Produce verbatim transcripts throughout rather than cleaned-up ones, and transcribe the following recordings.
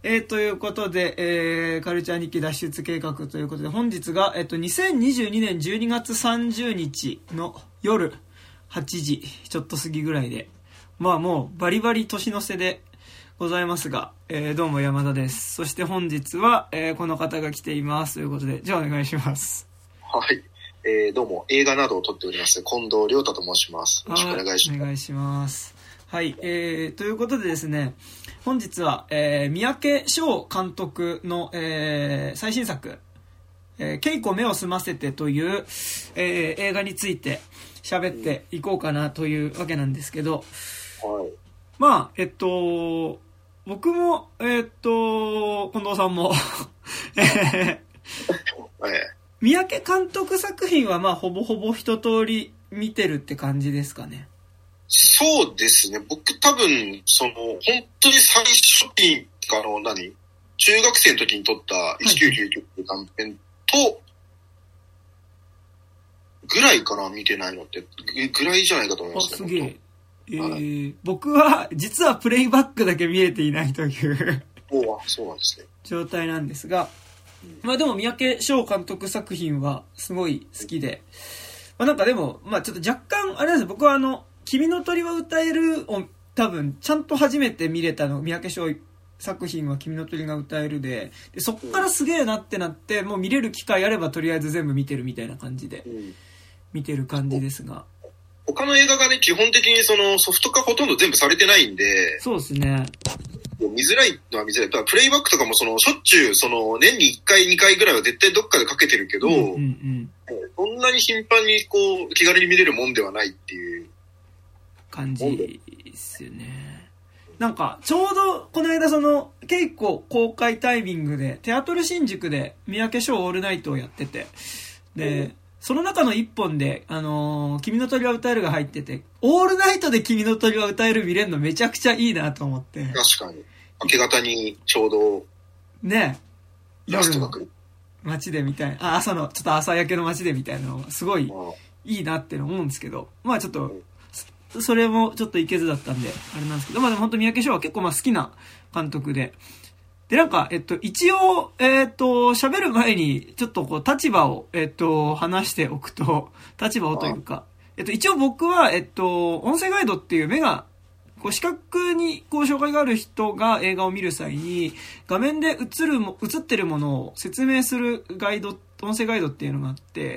えー、ということで、えー、カルチャー日記脱出計画ということで、本日が、えっと、にせんにじゅうにねんじゅうにがつさんじゅうにちの夜はちじちょっと過ぎぐらいで、まあもうバリバリ年の瀬でございますが、えー、どうも山田です。そして本日は、えー、この方が来ていますということで、じゃあお願いします。 はい、えー、どうも映画などを撮っております近藤亮太と申します。よろしくお願いします。 お願いします。はい、えー、ということでですね、本日は、えー、三宅翔監督の、えー、最新作、えー、稽古目を澄ませてという、えー、映画について喋っていこうかなというわけなんですけど、 はい、 まあ、えっと、僕も、えっと、近藤さんも、えー、三宅監督作品はまあほぼほぼ一通り見てるって感じですかね。 そうですね。僕多分、その、本当に最初に、あの、何中学生の時に撮ったせんきゅうひゃくきゅうじゅうきゅう短編と、ぐらいかな、見てないのって。ぐらいじゃないかと思いますね。 すげえ。えーはい、僕は、実はプレイバックだけ見えていないというおそうなんですね。 状態なんですが、まあでも三宅翔監督作品はすごい好きで、まあなんかでも、まあちょっと若干、あれなんですよ、僕はあの、君の鳥は歌えるを多分ちゃんと初めて見れたの三宅翔作品は君の鳥が歌える で, でそっからすげえなってなってもう見れる機会あればとりあえず全部見てるみたいな感じで見てる感じですが、 他の映画がね基本的にそのソフト化ほとんど全部されてないんで、 そうですね、 見づらいのは見づらい。プレイバックとかもそのしょっちゅうその年にいっかいにかいぐらいは絶対どっかでかけてるけど、うんうんうん、そんなに頻繁にこう気軽に見れるもんではないっていう感じですよね。なんかちょうどこの間その稽古公開タイミングでテアトル新宿で三宅翔オールナイトをやってて、でその中の一本であのー、君の鳥は歌えるが入ってて、オールナイトで君の鳥は歌える見れるのめちゃくちゃいいなと思って。 確かに明け方にちょうどねラストが来る街でみたいな、あ朝のちょっと朝焼けの街でみたいなのがすごいいいなって思うんですけど、まあちょっとそれもちょっといけずだったんであれなんですけど、まあでも本当三宅翔は結構まあ好きな監督で、でなんかえっと一応えっと喋る前にちょっとこう立場をえっと話しておくと、立場をというか、えっと一応僕はえっと音声ガイドっていう目がこう視覚にこう障害がある人が映画を見る際に画面で映るも映ってるものを説明するガイド、音声ガイドっていうのがあって、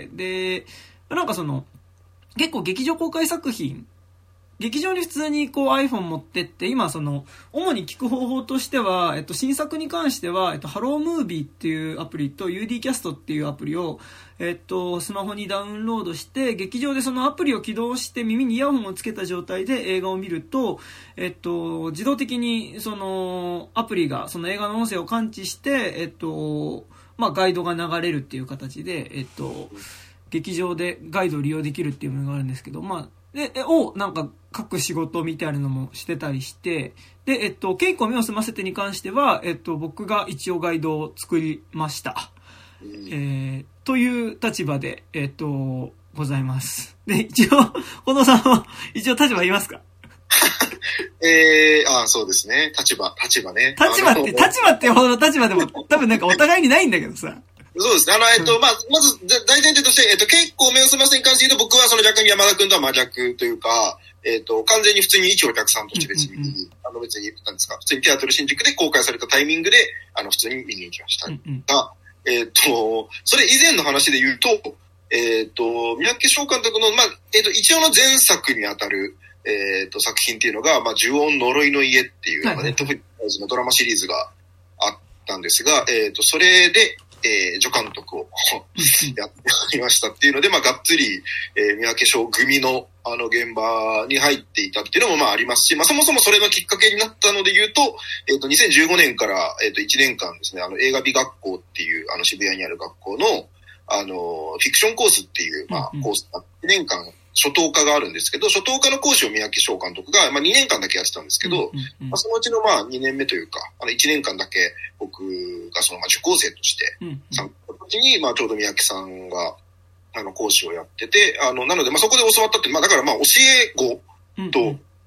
でなんかその結構劇場公開作品、劇場に普通にこう iPhone 持ってって、今その主に聞く方法としては、えっと新作に関してはえっとハロームービーっていうアプリと ユーディー キャストっていうアプリをえっとスマホにダウンロードして、劇場でそのアプリを起動して耳にイヤホンをつけた状態で映画を見ると、えっと自動的にそのアプリがその映画の音声を感知してえっとまあガイドが流れるっていう形でえっと劇場でガイドを利用できるっていうものがあるんですけど、まあで、を、なんか、書く仕事みたいなのもしてたりして、で、えっと、稽古目を澄ませてに関しては、えっと、僕が一応ガイドを作りました。えー、という立場で、えっと、ございます。で、一応、近藤さんは、一応立場言いますか？ えー、ああ、そうですね。立場、立場ね。 立場って、立場ってほどの立場でも、多分なんかお互いにないんだけどさ。 そうですね。あの、えっと、うん、まあ、まず、大前提として、えっと、結構目を澄ませに関して言うと、僕はその逆に山田君とは真逆というか、えっと、完全に普通に一お客さんとして別に、うんうんうん、あの、別に、なんですか、普通にテアトル新宿で公開されたタイミングで、あの、普通に見に行きました。うんうん、が、えっと、それ以前の話で言うと、えっと、三宅翔監督の、まあ、えっと、一応の前作にあたる、えっと、作品っていうのが、まあ、呪音呪いの家っていう、ネットフリックスのドラマシリーズがあったんですが、えっと、それで、えー、助監督をやっていましたっていうので、まあ、がっつり、えー、三宅翔組の、あの、現場に入っていたっていうのも、まあ、ありますし、まあ、そもそもそれのきっかけになったので言うと、えっと、にせんじゅうごねんから、えっと、いちねんかんですね、あの、映画美学校っていう、あの、渋谷にある学校の、あの、フィクションコースっていう、まあ、コースがいちねんかん、初等科があるんですけど、初等科の講師を三宅翔監督が、まあ、にねんかんだけやってたんですけど、うんうんうん、まあ、そのうちのまあにねんめというか、あのいちねんかんだけ僕がそのまあ受講生として参加した時に、まあちょうど三宅さんがあの講師をやってて、あのなのでまあそこで教わったって、まあだからまあ教え子と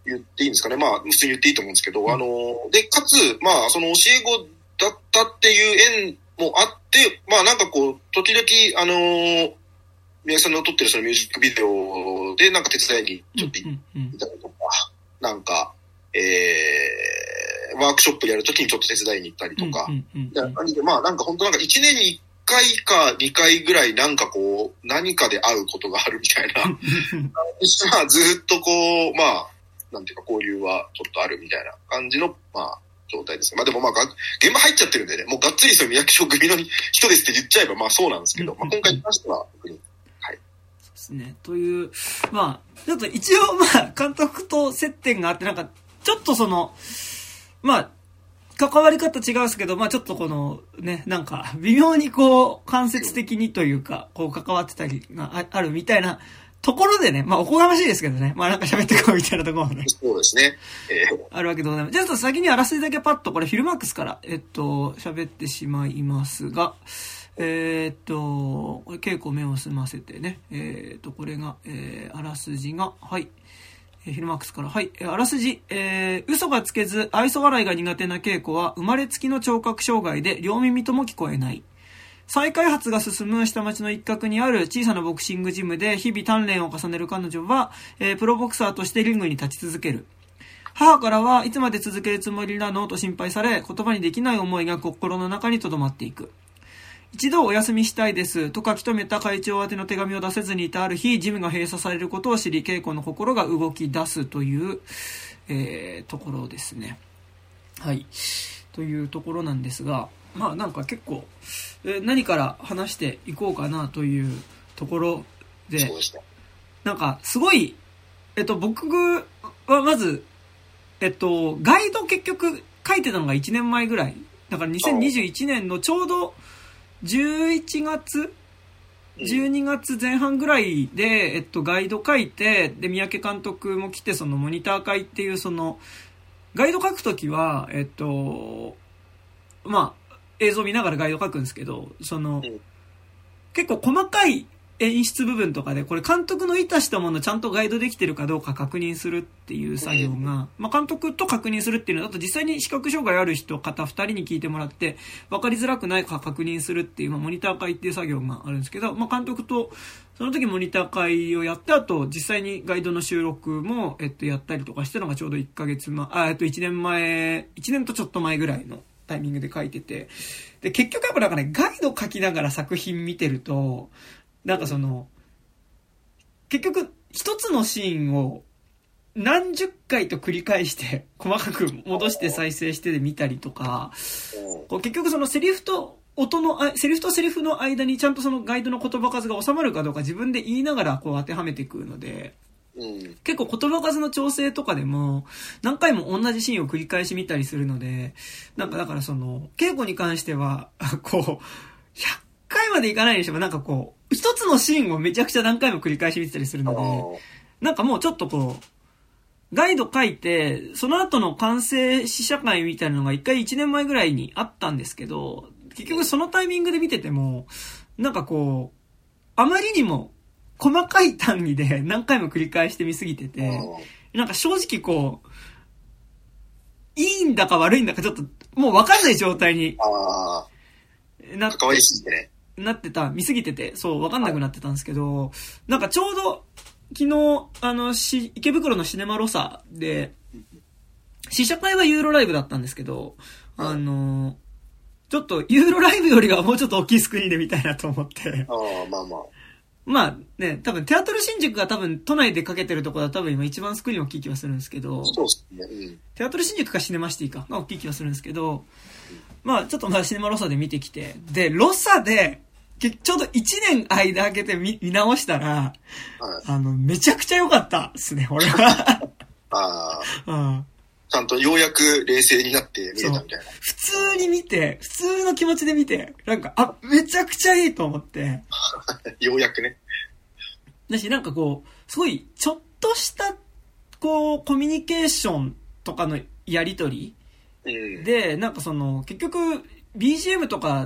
言っていいんですかね。まあ、普通に言っていいと思うんですけど、うん、あの、で、かつ、まあ、その教え子だったっていう縁もあって、まあ、なんかこう、時々、あの、宮城さんの撮ってるそのミュージックビデオで、なんか手伝いにちょっと行ったりとか、うんうんうん、なんか、えー、ワークショップやるときにちょっと手伝いに行ったりとか、うんうんうんうん、でまあ、なんか本当なんかいちねんにいっかいかにかいぐらいなんかこう、何かで会うことがあるみたいな、まあ、ずっとこう、まあ、なんていうか交流はちょっとあるみたいな感じの、まあ、状態です。まあでもまあ、現場入っちゃってるんでね、もうがっつりその宮城組の人ですって言っちゃえばまあそうなんですけど、まあ今回に関しては特に、はい。 そうですね。という、まあ、ちょっと一応まあ、監督と接点があって、なんか、ちょっとその、まあ、関わり方違うんですけど、まあちょっとこの、ね、なんか、微妙にこう、間接的にというか、こう関わってたりがあるみたいな、ところでね、まあおこがましいですけどね、まあなんか喋ってこうみたいなところもね。 そうですね。 えー、あるわけでございます。じゃあちょっと先にあらすじだけパッと、これフィルマークスから、えっと、喋ってしまいますが、えー、っと、これ稽古目を澄ませてね、えー、っと、これが、えー、あらすじが、はい。えー、フィルマークスから、はい。えー、あらすじ、えー、嘘がつけず、愛想笑いが苦手な稽古は、生まれつきの聴覚障害で両耳とも聞こえない。再開発が進む下町の一角にある小さなボクシングジムで日々鍛錬を重ねる彼女は、えー、プロボクサーとしてリングに立ち続ける。母からはいつまで続けるつもりなのと心配され、言葉にできない思いが心の中に留まっていく。一度お休みしたいですと書き留めた会長宛ての手紙を出せずにいたある日、ジムが閉鎖されることを知り、稽古の心が動き出すという、えー、ところですね。はい。というところなんですが、まあなんか結構、えー、何から話していこうかなというところで、 そうですね、 なんかすごい、えっと僕はまず、えっと、ガイド結局書いてたのがいちねんまえぐらい。だからにせんにじゅういちねんのちょうどじゅういちがつじゅうにがつぜん半ぐらいで、えっと、ガイド書いて、で、三宅監督も来て、そのモニター会っていう、その、ガイド書くときは、えっと、まあ、映像見ながらガイド書くんですけど、その、結構細かい演出部分とかで、これ監督の意図したものちゃんとガイドできてるかどうか確認するっていう作業が、まあ監督と確認するっていうのだと実際に視覚障害ある人方ふたりに聞いてもらって分かりづらくないか確認するっていう、まあモニター会っていう作業があるんですけど、まあ監督とその時モニター会をやって、あと実際にガイドの収録もえっとやったりとかしてのがちょうどいっかげつまえ、あ、えっといちねんまえ、いちねんとちょっと前ぐらいのタイミングで書いてて、で結局やっぱなんかね、ガイド書きながら作品見てると、なんかその、結局一つのシーンを何十回と繰り返して細かく戻して再生してで見たりとか、こう結局そのセリフと音の、セリフとセリフの間にちゃんとそのガイドの言葉数が収まるかどうか自分で言いながらこう当てはめていくので、結構言葉数の調整とかでも何回も同じシーンを繰り返し見たりするので、なんかだからその稽古に関してはこうひゃっかいまでいかないにしてもなんかこう一つのシーンをめちゃくちゃ何回も繰り返し見てたりするので、なんかもうちょっとこうガイド書いてその後の完成試写会みたいなのが一回いちねんまえぐらいにあったんですけど、結局そのタイミングで見ててもなんかこうあまりにも細かい単位で何回も繰り返して見すぎてて、なんか正直こういいんだか悪いんだかちょっともう分かんない状態になって、 関わりすぎてね、 なってた、見すぎてて、そう分かんなくなってたんですけど、なんかちょうど昨日あのし池袋のシネマロサで試写会はユーロライブだったんですけど、あのちょっとユーロライブよりはもうちょっと大きいスクリーンで見たいなと思って、 ああまあまあ。 まあね、多分テアトル新宿が多分都内でかけてるところは多分今一番スクリーン大きい気はするんですけど、 そうですね、うん、 テアトル新宿かシネマシティかが大きい気はするんですけど、まあちょっとまあシネマロサで見てきて、でロサでちょうどいちねん間空けて 見, 見直したら、はい、あのめちゃくちゃ良かったですね俺はああ、 うん、 ちゃんとようやく冷静になって見れたみたいな。 普通に見て、普通の気持ちで見て、なんか、あ、めちゃくちゃいいと思って。 ようやくね。 だし、なんかこう、すごい、ちょっとした、こう、コミュニケーションとかのやりとり、うん、で、なんかその、結局、ビージーエム とか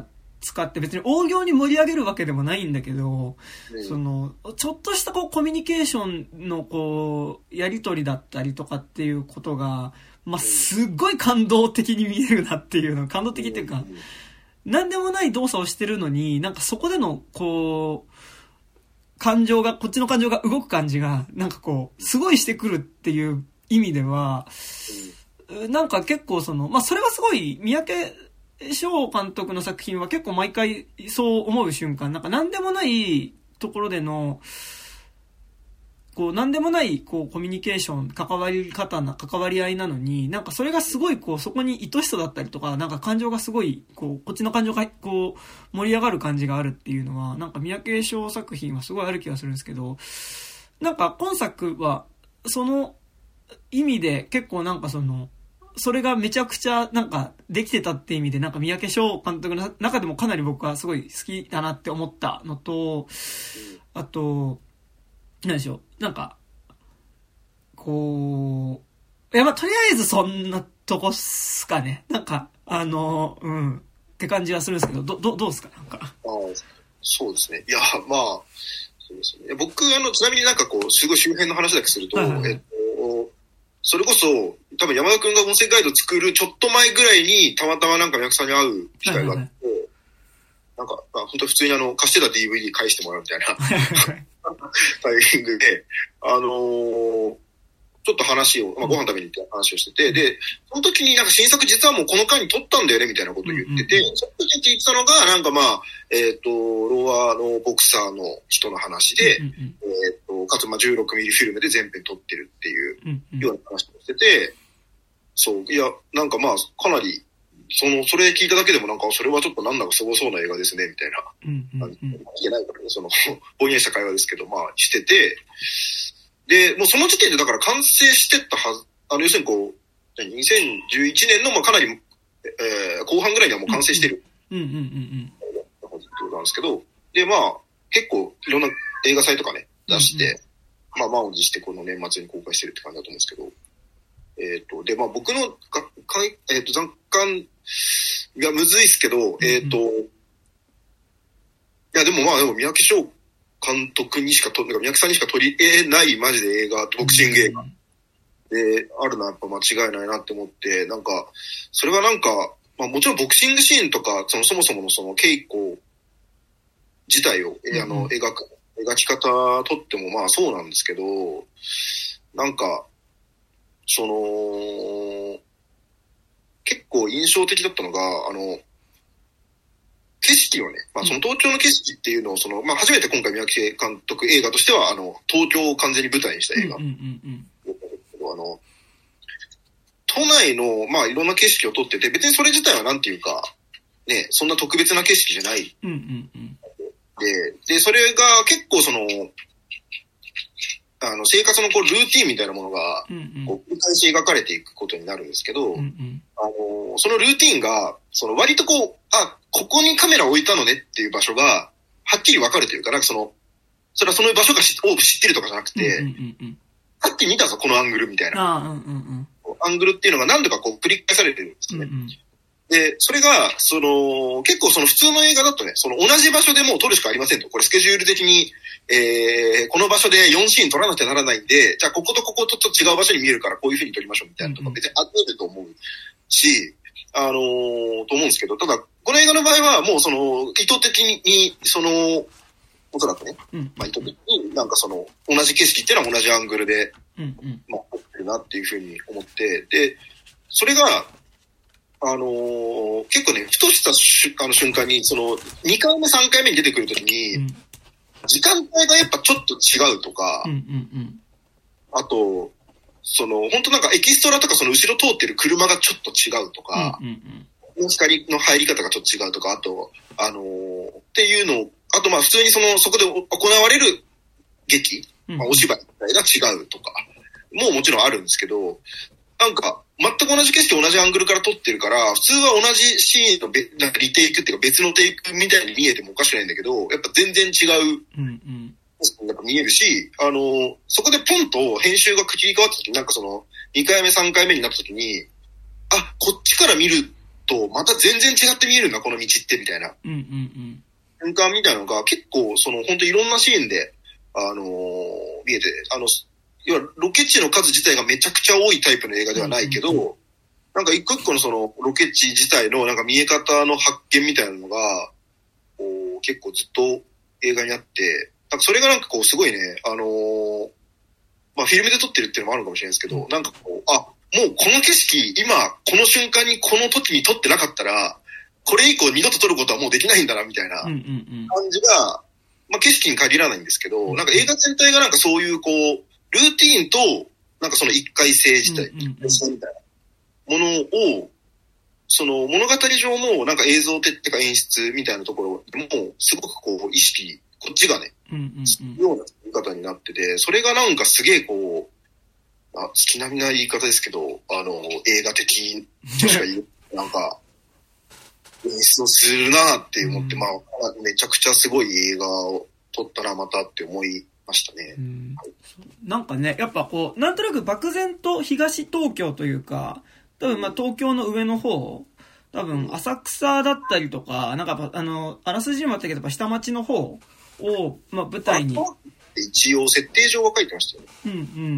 使って別に大行に盛り上げるわけでもないんだけど、 うん、 その、ちょっとしたこうコミュニケーションのこう、やりとりだったりとかっていうことが、まあ、すっごい感動的に見えるなっていうの、感動的っていうか、なんでもない動作をしてるのに、なんかそこでの、こう、感情が、こっちの感情が動く感じが、なんかこう、すごいしてくるっていう意味では、なんか結構その、まあ、それはすごい、三宅翔監督の作品は結構毎回そう思う瞬間、なんか何でもないところでの、こう何でもないこうコミュニケーション、関わり方な、関わり合いなのに、なんかそれがすごいこうそこに愛しさだったりとか、なんか感情がすごい、こう、こっちの感情がこう盛り上がる感じがあるっていうのは、なんか三宅翔作品はすごいある気がするんですけど、なんか今作はその意味で結構なんかその、それがめちゃくちゃなんかできてたって意味でなんか三宅翔監督の中でもかなり僕はすごい好きだなって思ったのと、あと、なんでしょう、なんか、こう、いやまあとりあえずそんなとこっすかね。なんか、あの、うん、って感じはするんですけど、ど、ど、どうですかなんか。 ああ、そうですね。いや、まあ、そうですね。僕、あの、ちなみになんかこう、すごい周辺の話だけすると、はいはいはい、えっと、それこそ、多分山田くんが音声ガイド作るちょっと前ぐらいに、たまたまなんか宮城さんに会う機会があって、はいはいはい、なんか、まあ、本当普通にあの、貸してた ディーブイディー 返してもらうみたいなタイミングで、あのー、ちょっと話を、まあ、ご飯食べに行って話をしてて、で、その時になんか新作実はもうこの間に撮ったんだよねみたいなことを言ってて、うんうん、その時に聞いてたのが、なんかまあ、えっと、ローアのボクサーの人の話で、うんうん、えっと、かつまあじゅうろくミリフィルムで全編撮ってるっていうような話をしてて、そう、いや、なんかまあ、かなり、その、それ聞いただけでもなんか、それはちょっとなんだかすごそうな映画ですね、みたいな。うんうんうん。聞けないからね、その、ぼんやりした会話ですけど、まあ、してて、で、もうその時点でだから完成してったはず、あの、要するにこう、にせんじゅういちねんの、まあかなり、えー、後半ぐらいにはもう完成してる。 うんうんうんうん。 ってことなんですけど、で、まあ、結構いろんな映画祭とかね、出して、うんうん、まあ、満を持してこの年末に公開してるって感じだと思うんですけど、えっ、ー、と、で、まあ僕のか、かえっ、ー、と、残感がむずいっすけど、うんうん、えっ、ー、と、いやでもまあでも三宅翔監督にしかと、なんか三宅さんにしか撮り得ないマジで映画、ボクシング映画であるのはやっぱ間違いないなって思って、なんか、それはなんか、まあもちろんボクシングシーンとか、そのそもそものその稽古自体を、うんうん、あの、描く、描き方とってもまあそうなんですけど、なんか、その、結構印象的だったのが、あの、景色をね、まあその東京の景色っていうのを、その、まあ初めて今回三宅監督映画としては、あの、東京を完全に舞台にした映画。うんうんうんうん、あの、都内の、まあいろんな景色を撮ってて、別にそれ自体はなんていうか、ね、そんな特別な景色じゃない。 うんうんうん、 で、で、それが結構その、あの、生活のこうルーティンみたいなものが、こう繰り返し描かれていくことになるんですけど、うんうん、あの、そのルーティンが、その割とこう、あ、ここにカメラを置いたのねっていう場所が、はっきりわかるというか、なんかその、それはその場所が知ってるとかじゃなくて、うんうんうん、さっき見たぞ、このアングルみたいな。 うんうんうん、 アングルっていうのが何度かこう繰り返されてるんですね。うんうん、で、それが、その、結構その普通の映画だとね、その同じ場所でもう撮るしかありませんと。これスケジュール的に、えー、この場所でよんシーン撮らなきゃならないんで、じゃあこことこことちょっと違う場所に見えるからこういう風に撮りましょうみたいなとか別にあると思うし、あのー、と思うんですけど、ただ、この映画の場合はもうその、意図的に、その、おそらくね、うん、まあ意図的になんかその、同じ景色っていうのは同じアングルで、うんうん、まあ、撮ってるなっていう風に思って、で、それが、あのー、結構ね、ふとしたしあの瞬間に、その、にかいめさんかいめに出てくるときに、うん、時間帯がやっぱちょっと違うとか、 うんうんうん、 あと、その、本当なんかエキストラとかその後ろ通ってる車がちょっと違うとか、 うんうんうん、 光の入り方がちょっと違うとか、あと、あのー、っていうのを、あとまあ普通にその、そこで行われる劇、まあ、お芝居が違うとか、もうもちろんあるんですけど、なんか、全く同じ景色同じアングルから撮ってるから、普通は同じシーンのべなんかリテイクっていうか別のテイクみたいに見えてもおかしくないんだけど、やっぱ全然違う、 うんうん、 やっぱ見えるし、あの、そこでポンと編集が切り替わった時に、なんかその、にかいめさんかいめになった時に、あ、こっちから見るとまた全然違って見えるんだ、この道って、みたいな。 うんうんうん。 瞬間みたいなのが結構、その、本当いろんなシーンで、あのー、見えて、あの、要はロケ地の数自体がめちゃくちゃ多いタイプの映画ではないけど、うんうんうん、なんか一個一個のそのロケ地自体のなんか見え方の発見みたいなのが、こう結構ずっと映画にあって、なんかそれがなんかこうすごいね、あのー、まあフィルムで撮ってるっていうのもあるかもしれないですけど、なんかこう、あ、もうこの景色、今、この瞬間にこの時に撮ってなかったら、これ以降二度と撮ることはもうできないんだな、みたいな感じが、まあ景色に限らないんですけど、なんか映画全体がなんかそういうこう、ルーティーンと、なんかその一回性自体、一回性みたいなものを、その物語上のなんか映像っていうか演出みたいなところでも、すごくこう意識、こっちがね、するような言い方になってて、それがなんかすげえこう、あ、月並みな言い方ですけど、あの、映画的としか言う、なんか、演出をするなって思って、まあ、めちゃくちゃすごい映画を撮ったな、またって思いましたね。 うん、なんかね、やっぱこう、なんとなく漠然と東東京というか、多分まあ東京の上の方、多分浅草だったりとか、なんかあの、あらすじもあったけど、下町の方を、まあ舞台に。 一応設定上は書いてましたよね。 うんうん、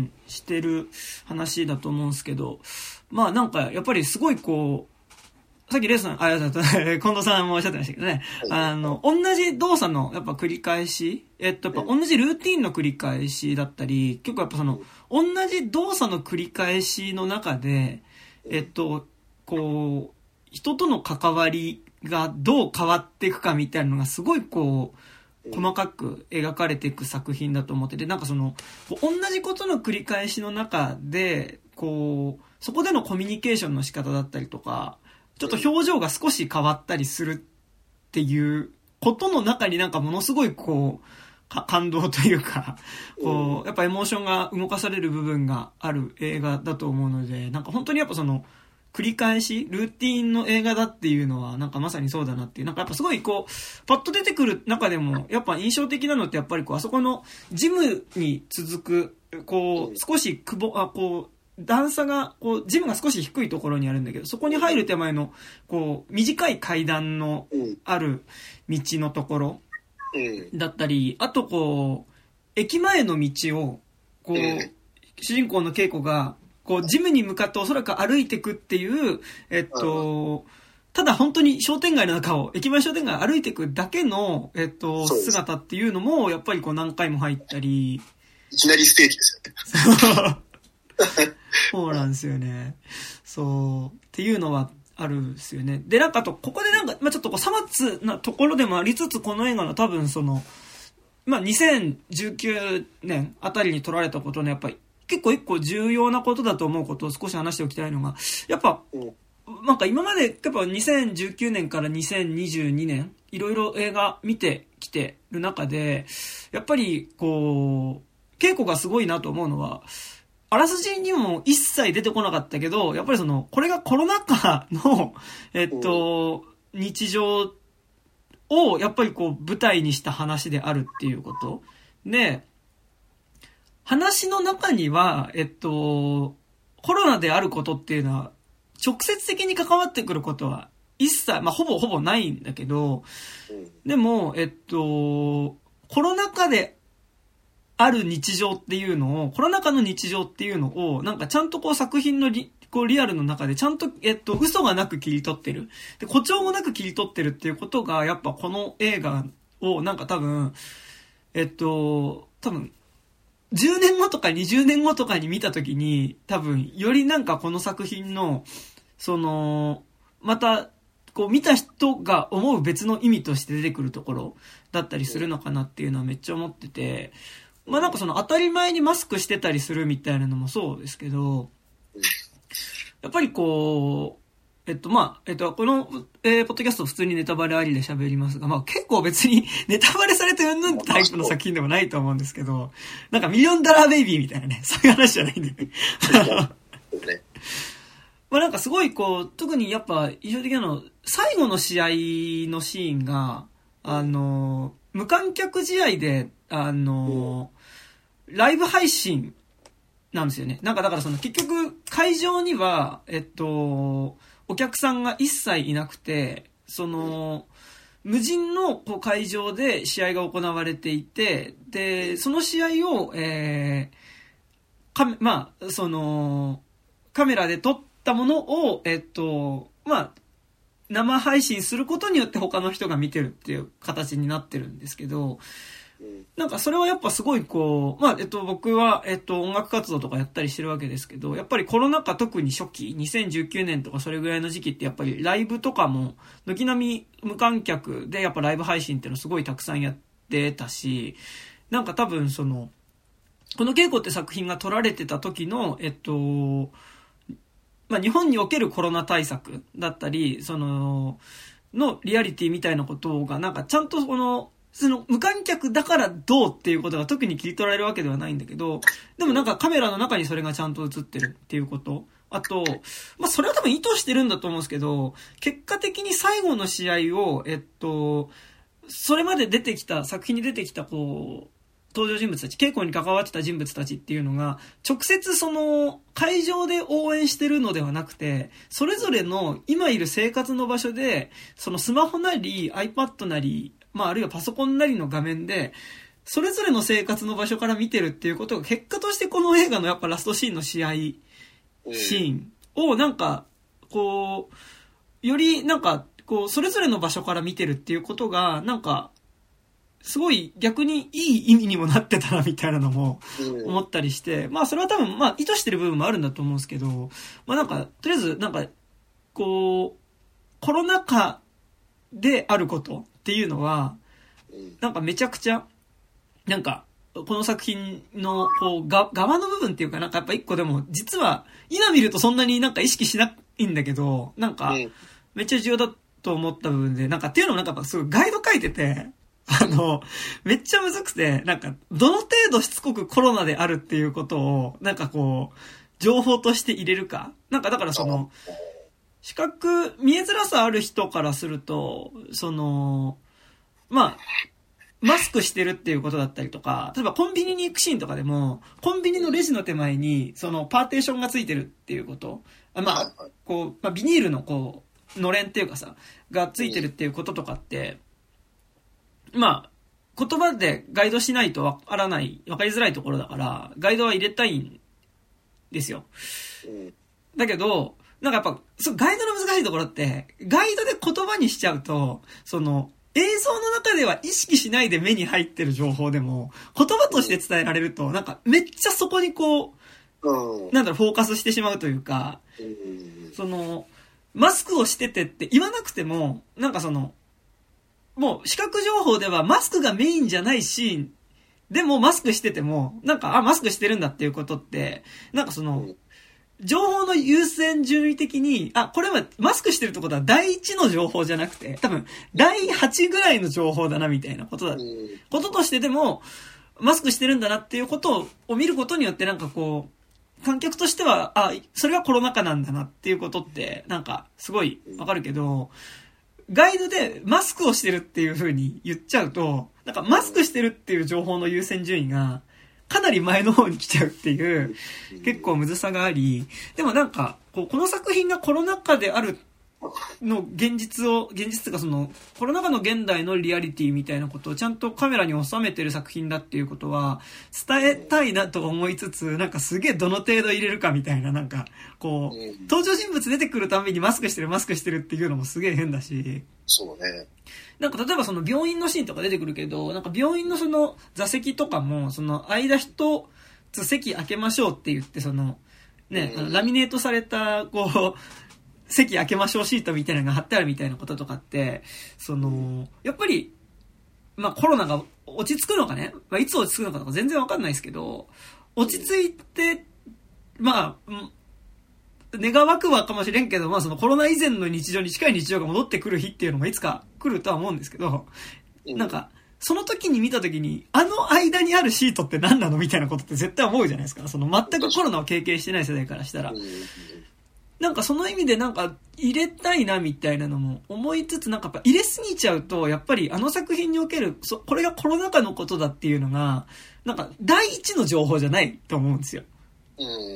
してる話だと思うんですけど、まあなんかやっぱりすごいこう、さっきレイさん、あ、近藤さんもおっしゃってましたけどね、はい、あの、同じ動作のやっぱ繰り返し、えっと、やっぱ同じルーティンの繰り返しだったり、結構やっぱその、同じ動作の繰り返しの中で、えっと、こう、人との関わりがどう変わっていくかみたいなのがすごいこう、細かく描かれていく作品だと思ってて、なんかその、同じことの繰り返しの中で、こう、そこでのコミュニケーションの仕方だったりとか、ちょっと表情が少し変わったりするっていうことの中になんかものすごいこう、か感動というか、こう、やっぱエモーションが動かされる部分がある映画だと思うので、なんか本当にやっぱその、繰り返し、ルーティーンの映画だっていうのは、なんかまさにそうだなっていう、なんかやっぱすごいこう、パッと出てくる中でも、やっぱ印象的なのってやっぱりこう、あそこのジムに続く、こう、少しくぼ、あ、こう、段差が、こう、ジムが少し低いところにあるんだけど、そこに入る手前の、こう、短い階段のある道のところだったり、あとこう、駅前の道を、こう、主人公の稽古が、こう、ジムに向かっておそらく歩いてくっていう、えっと、ただ本当に商店街の中を、駅前商店街を歩いてくだけの、えっと、姿っていうのも、やっぱりこう何回も入ったり。 いきなりステーキですよね。 そうなんですよね。そう。っていうのはあるんですよね。で、なんかと、ここでなんか、まあ、ちょっとこう、さまつなところでもありつつ、この映画の多分その、まあ、にせんじゅうきゅうねんあたりに撮られたことのやっぱり、結構一個重要なことだと思うことを少し話しておきたいのが、やっぱ、なんか今まで、やっぱにせんじゅうきゅうねんからにせんにじゅうにねん、いろいろ映画見てきてる中で、やっぱりこう、稽古がすごいなと思うのは、あらすじにも一切出てこなかったけど、やっぱりその、これがコロナ禍の、えっと、日常を、やっぱりこう、舞台にした話であるっていうこと。で、話の中には、えっと、コロナであることっていうのは、直接的に関わってくることは、一切、まあ、ほぼほぼないんだけど、でも、えっと、コロナ禍である日常っていうのを、コロナ禍の日常っていうのを、なんかちゃんとこう作品のリ、こうリアルの中でちゃんと、えっと、嘘がなく切り取ってる。で、誇張もなく切り取ってるっていうことが、やっぱこの映画を、なんか多分、えっと、多分、じゅうねんごとかにじゅうねんごとかに見たときに、多分、よりなんかこの作品の、その、また、こう見た人が思う別の意味として出てくるところだったりするのかなっていうのはめっちゃ思ってて、まあなんかその当たり前にマスクしてたりするみたいなのもそうですけど、やっぱりこう、えっとまあ、えっと、この、えー、ポッドキャスト普通にネタバレありで喋りますが、まあ結構別にネタバレされてうんぬんタイプの作品でもないと思うんですけど、なんかミリオンダラーベイビーみたいなね、そういう話じゃないんでね。まあなんかすごいこう、特にやっぱ印象的なの、最後の試合のシーンが、あの、無観客試合で、あの、ライブ配信なんですよね。なんかだからその結局会場には、えっと、 お客さんが一切いなくて、その、無人のこう会場で試合が行われていて、で、その試合を、えー、かまあ、その、カメラで撮ったものを、えっと、まあ、生配信することによって他の人が見てるっていう形になってるんですけど、なんかそれはやっぱすごいこう、まあ、えっと僕は、えっと音楽活動とかやったりしてるわけですけど、やっぱりコロナ禍特に初期、にせんじゅうきゅうねんとかそれぐらいの時期ってやっぱりライブとかも、軒並み無観客でやっぱライブ配信っていうのすごいたくさんやってたし、なんか多分その、この稽古って作品が撮られてた時の、えっと、まあ、日本におけるコロナ対策だったり、その、のリアリティみたいなことが、なんかちゃんとこの、その無観客だからどうっていうことが特に切り取られるわけではないんだけど、でもなんかカメラの中にそれがちゃんと映ってるっていうこと。あと、まあ、それは多分意図してるんだと思うんですけど、結果的に最後の試合を、えっと、それまで出てきた、作品に出てきたこう、登場人物たち、稽古に関わってた人物たちっていうのが、直接その会場で応援してるのではなくて、それぞれの今いる生活の場所で、そのスマホなり iPad なり、まああるいはパソコンなりの画面で、それぞれの生活の場所から見てるっていうことが、結果としてこの映画のやっぱラストシーンの試合シーンをなんか、こう、よりなんか、こう、それぞれの場所から見てるっていうことが、なんか、すごい逆にいい意味にもなってたなみたいなのも思ったりして、まあそれは多分まあ意図してる部分もあるんだと思うんですけど、まあなんか、とりあえずなんか、こう、コロナ禍であることっていうのは、なんかめちゃくちゃ、なんか、この作品の、こう、が、側の部分っていうかなんかやっぱ一個でも、実は、今見るとそんなになんか意識しないんだけど、なんか、めっちゃ重要だと思った部分で、なんかっていうのもなんかすごいガイド書いてて、あの、めっちゃむずくて、なんか、どの程度しつこくコロナであるっていうことを、なんかこう、情報として入れるか。なんかだからその、視覚、見えづらさある人からすると、その、まあ、マスクしてるっていうことだったりとか、例えばコンビニに行くシーンとかでも、コンビニのレジの手前に、そのパーテーションがついてるっていうこと。あまあ、こう、まあ、ビニールのこう、のれんっていうかさ、がついてるっていうこととかって、まあ、言葉でガイドしないとわからない、わかりづらいところだから、ガイドは入れたいんですよ。だけど、なんかやっぱ、そう、ガイドの難しいところって、ガイドで言葉にしちゃうと、その、映像の中では意識しないで目に入ってる情報でも、言葉として伝えられると、なんかめっちゃそこにこう、なんだろう、フォーカスしてしまうというか、その、マスクをしててって言わなくても、なんかその、もう視覚情報ではマスクがメインじゃないシーンでもマスクしてても、なんか、あ、マスクしてるんだっていうことって、なんかその、情報の優先順位的に、あ、これはマスクしてるってことは第一の情報じゃなくて、多分第八ぐらいの情報だなみたいなことだ。こととしてでも、マスクしてるんだなっていうことを見ることによってなんかこう、観客としては、あ、それがコロナ禍なんだなっていうことって、なんかすごいわかるけど、ガイドでマスクをしてるっていう風に言っちゃうと、なんかマスクしてるっていう情報の優先順位がかなり前の方に来ちゃうっていう結構むずさがあり、でもなんかこうこの作品がコロナ禍であるの現実を、現実というかそのコロナ禍の現代のリアリティみたいなことをちゃんとカメラに収めてる作品だっていうことは伝えたいなと思いつつ、なんかすげえどの程度入れるかみたいな、なんかこう登場人物出てくるたびにマスクしてるマスクしてるっていうのもすげえ変だし、 そうね。 なんか例えばその病院のシーンとか出てくるけど、なんか病院のその座席とかもその間一つ席開けましょうって言ってそのね、あのラミネートされたこう席開けましょうシートみたいなのが貼ってあるみたいなこととかって、その、やっぱり、まあコロナが落ち着くのかね、まあいつ落ち着くのかとか全然わかんないですけど、落ち着いて、まあ、願わくはかもしれんけど、まあそのコロナ以前の日常に近い日常が戻ってくる日っていうのがいつか来るとは思うんですけど、なんか、その時に見た時に、あの間にあるシートって何なのみたいなことって絶対思うじゃないですか。その全くコロナを経験してない世代からしたら。なんかその意味でなんか入れたいなみたいなのも思いつつ、なんかやっぱ入れすぎちゃうと、やっぱりあの作品における、そ、これがコロナ禍のことだっていうのが、なんか第一の情報じゃないと思うんですよ。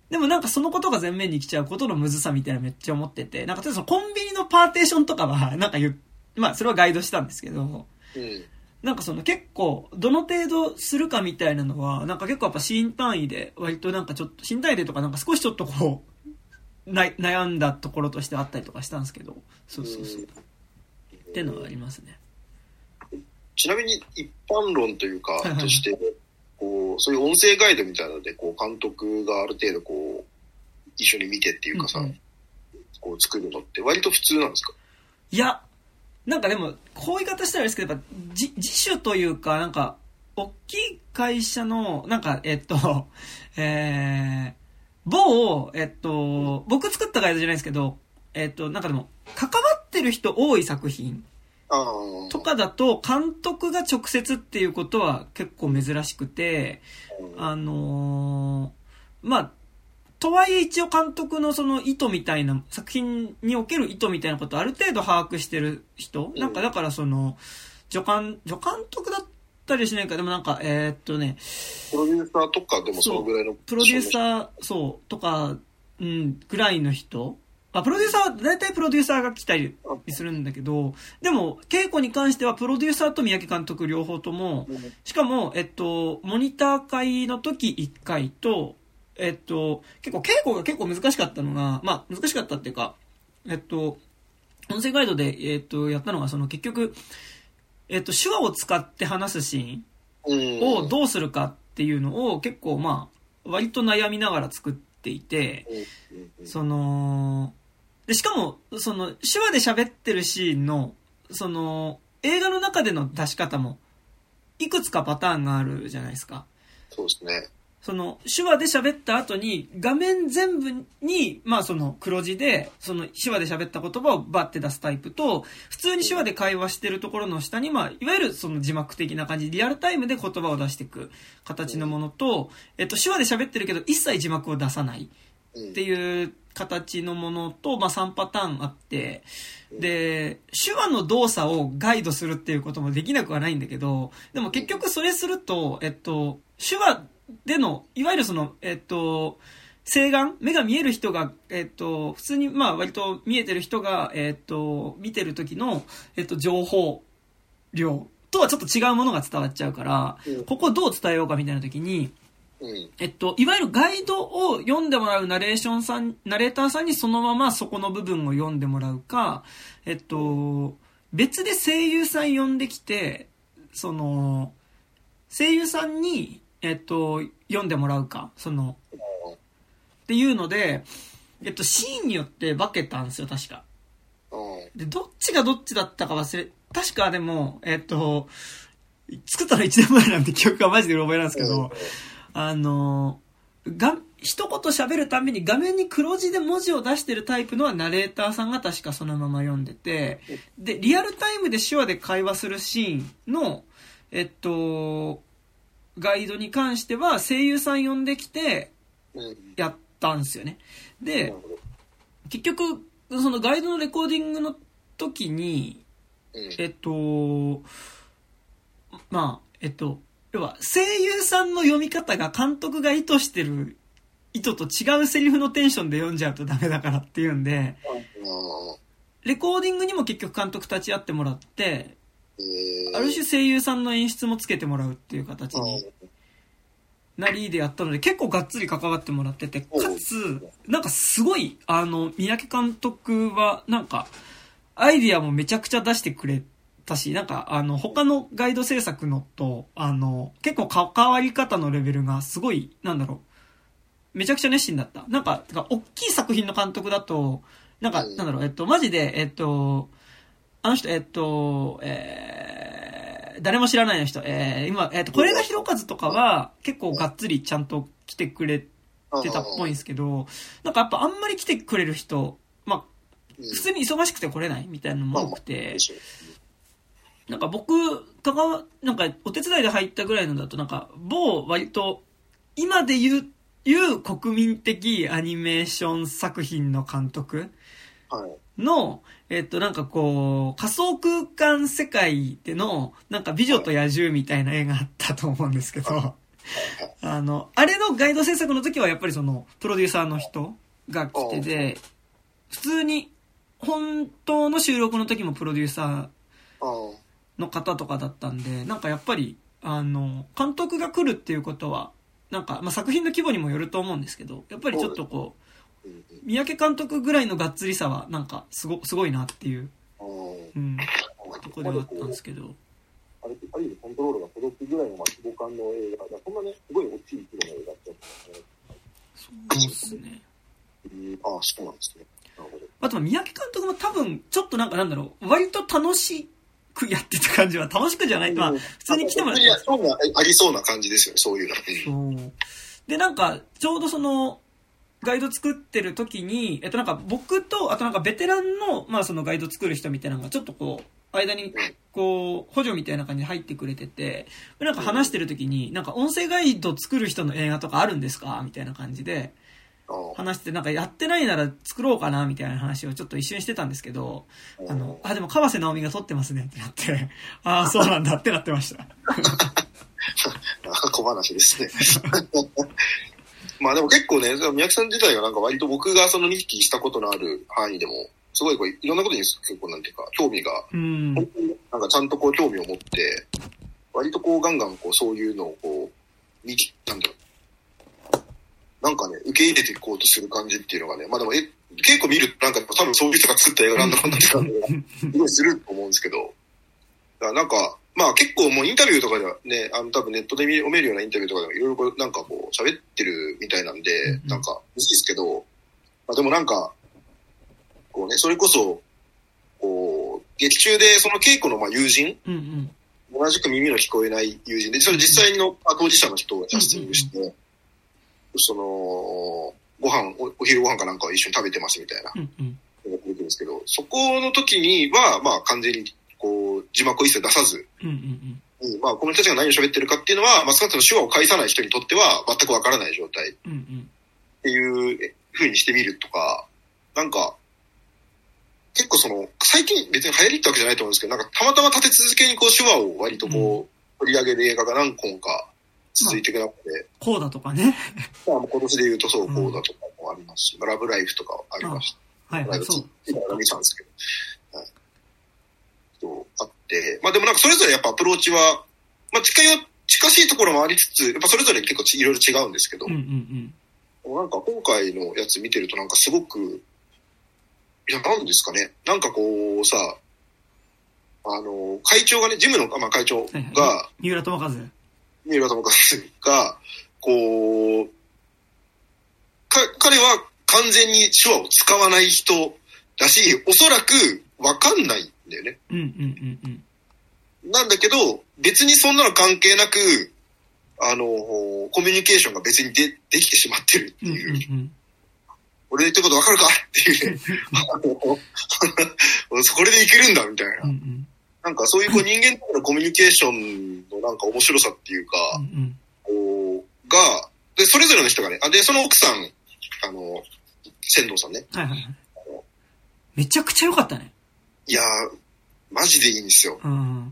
でもなんかそのことが前面に来ちゃうことのむずさみたいなめっちゃ思ってて、なんか例えばそのコンビニのパーテーションとかは、なんか言う、まあそれはガイドしたんですけど、うん、なんかその結構、どの程度するかみたいなのは、なんか結構やっぱシーン単位で、割となんかちょっと、シーン単位でとかなんか少しちょっとこう、な悩んだところとしてあったりとかしたんですけど、そうそうそう。ってのはありますね。 ちなみに一般論というか、はいはい、として、こう、そういう音声ガイドみたいなので、こう、監督がある程度こう、一緒に見てっていうかさ、うんうん、こう作るのって割と普通なんですか？ いや、なんかでも、こういう言い方したらあれですけど、やっぱ自自主というか、なんか、大きい会社の、なんか、えっと、えー、某、えっと、僕作ったガイドじゃないですけど、えっと、なんかでも、関わってる人多い作品とかだと、監督が直接っていうことは結構珍しくて、あのー、まあ、とはいえ一応監督のその意図みたいな、作品における意図みたいなことをある程度把握してる人、なんかだからその、助監、助監督だったりしないか、でもなんか、えー、っとね、 プロデューサーとかでもそのぐらいの。 プロデューサー、そう、とか、うん、ぐらいの人。あ、プロデューサーは、だいたいプロデューサーが来たりするんだけど、でも、稽古に関してはプロデューサーと三宅監督両方とも、しかも、えっと、モニター会の時いっかいと、えっと、結構稽古が結構難しかったのが、まあ難しかったっていうか、えっと、音声ガイドで、えっと、やったのが、その結局、えっと、手話を使って話すシーンをどうするかっていうのを結構まあ、割と悩みながら作っていて、その、で、しかも、その、手話で喋ってるシーンの、その、映画の中での出し方も、いくつかパターンがあるじゃないですか。 そうですね。 その、手話で喋った後に、画面全部に、まあその黒字で、その手話で喋った言葉をバッて出すタイプと、普通に手話で会話してるところの下に、まあ、いわゆるその字幕的な感じ、リアルタイムで言葉を出していく形のものと、えっと、手話で喋ってるけど、一切字幕を出さないっていう形のものと、まあさんパターンあって、で、手話の動作をガイドするっていうこともできなくはないんだけど、でも結局それすると、えっと、手話、での、いわゆるその、えっと、正眼目が見える人が、えっと、普通に、まあ、割と見えてる人が、えっと、見てる時の、えっと、情報量とはちょっと違うものが伝わっちゃうから、うん、ここをどう伝えようかみたいな時に、うん、えっと、いわゆるガイドを読んでもらうナレーションさん、ナレーターさんにそのままそこの部分を読んでもらうか、えっと、別で声優さん呼んできて、その、声優さんに、えっと、読んでもらうか、その、っていうので、えっと、シーンによって分けたんですよ、確か。で、どっちがどっちだったか忘れ、確かでも、えっと、作ったのいちねんまえなんて記憶がマジでうろ覚えなんですけど、あの、が、一言喋るたびに画面に黒字で文字を出してるタイプのはナレーターさんが確かそのまま読んでて、で、リアルタイムで手話で会話するシーンの、えっと、ガイドに関しては声優さん呼んできてやったんですよね。で、結局そのガイドのレコーディングの時に、えっとまあえっと要は声優さんの読み方が監督が意図してる意図と違うセリフのテンションで読んじゃうとダメだからっていうんで、レコーディングにも結局監督立ち会ってもらって、ある種声優さんの演出もつけてもらうっていう形になりでやったので、結構がっつり関わってもらってて、かつなんかすごいあの三宅監督はなんかアイディアもめちゃくちゃ出してくれたし、なんかあの他のガイド制作のとあの結構関わり方のレベルがすごい、なんだろう、めちゃくちゃ熱心だった。なんか大きい作品の監督だとなんかなんだろう、えっとマジでえっとあの人、えっと、えー、誰も知らないの人、えー、今、えっと、これがひろかずとかは、結構がっつりちゃんと来てくれてたっぽいんですけど、なんかやっぱあんまり来てくれる人、まあ、普通に忙しくて来れないみたいなのも多くて、なんか僕、かが、なんかお手伝いで入ったぐらいのだと、なんか、某割と、今で言う、言う国民的アニメーション作品の監督の、えっと、なんかこう、仮想空間世界での、なんか美女と野獣みたいな絵があったと思うんですけど、 あの、あれのガイド制作の時はやっぱりその、プロデューサーの人が来てて、普通に、本当の収録の時もプロデューサーの方とかだったんで、なんかやっぱり、あの、監督が来るっていうことは、なんか、まあ、作品の規模にもよると思うんですけど、やっぱりちょっとこう、三宅監督ぐらいのがっつりさは、なんか、すご、すごいなっていう、うん、とこではあったんですけど。 あれ、ある意味コントロールが届くぐらいの規模感の映画、そんなね、すごい大きい規模の映画ってやつですね。 そうですね。 ああ、そうなんですね。なるほど。 あと、三宅監督も多分、ちょっとなんかなんだろう、割と楽しくやってた感じは、楽しくじゃない、まあ、普通に来てもらってます。 そうな、ありそうな感じですよね、そういうの。 そう。で、なんか、ちょうどその、ガイド作ってる時に、えっとなんか僕と、あとなんかベテランの、まあそのガイド作る人みたいなのがちょっとこう、間に、こう、補助みたいな感じで入ってくれてて、なんか話してる時に、なんか音声ガイド作る人の映画とかあるんですかみたいな感じで、話して、なんかやってないなら作ろうかなみたいな話をちょっと一瞬してたんですけど、あの、あ、でも川瀬直美が撮ってますねってなって、ああ、そうなんだってなってました。 小話ですね。まあでも結構ね、三宅さん自体がなんか割と僕がその見聞きしたことのある範囲でも、すごいこういろんなことに結構なんていうか、興味が、うん、なんかちゃんとこう興味を持って、割とこうガンガンこうそういうのをこう、見き、なんだろう、なんかね、受け入れていこうとする感じっていうのがね、まあでもえ、結構見るとなんか多分そういう人が作った映画なんだろうなって感じが、すごいすると思うんですけど、だからなんか、まあ結構もうインタビューとかではね、あの多分ネットで読めるようなインタビューとかでもいろいろこうなんかこう喋ってるみたいなんで、うん、なんか難しいですけど、まあでもなんか、こうね、それこそ、こう、劇中でその稽古のまあ友人、うんうん、同じく耳の聞こえない友人で、それ実際の当事者の人がキャスティングして、うんうん、その、ご飯お、お昼ご飯かなんかを一緒に食べてますみたいな、うんうん、出てくるんですけど、そこの時には、まあ完全に、こう、字幕を一切出さず、うんうんうん、まあ、この人たちが何を喋ってるかっていうのは、まあ、少なくとも手話を返さない人にとっては全くわからない状態っていう風にしてみるとか、なんか、結構その、最近別に流行りってわけじゃないと思うんですけど、なんかたまたま立て続けにこう手話を割とこう、取り上げる映画が何本か続いていく中で、 こうだとかね。 まあ、今年で言うとそう、こうだとかもありますし、うん、ラブライフとかありました。 はい、はい、そう。 今見たんですけど。はいあって、まあでもなんかそれぞれやっぱアプローチは、まあ近い、近しいところもありつつ、やっぱそれぞれ結構いろいろ違うんですけど、うんうんうん、なんか今回のやつ見てるとなんかすごく、いや、なんですかね、なんかこうさ、あの、会長がね、ジムの、まあ会長が、はいはい、 三浦友和。 三浦友和が、こう、か、彼は完全に手話を使わない人だし、おそらくわかんないだよね。うんうんうんうん。なんだけど、別にそんなの関係なく、あの、コミュニケーションが別にで、できてしまってるっていう。うんうんうん、俺の言ってることわかるかっていうね。これでいけるんだみたいな。うんうん、なんかそういうこう人間とのコミュニケーションのなんか面白さっていうか、うんうん、こうが、で、それぞれの人がね、あ、で、その奥さん、あの、仙道さんね。はいはいはい。 めちゃくちゃ良かったね。 いやー、マジでいいんですよ。うん、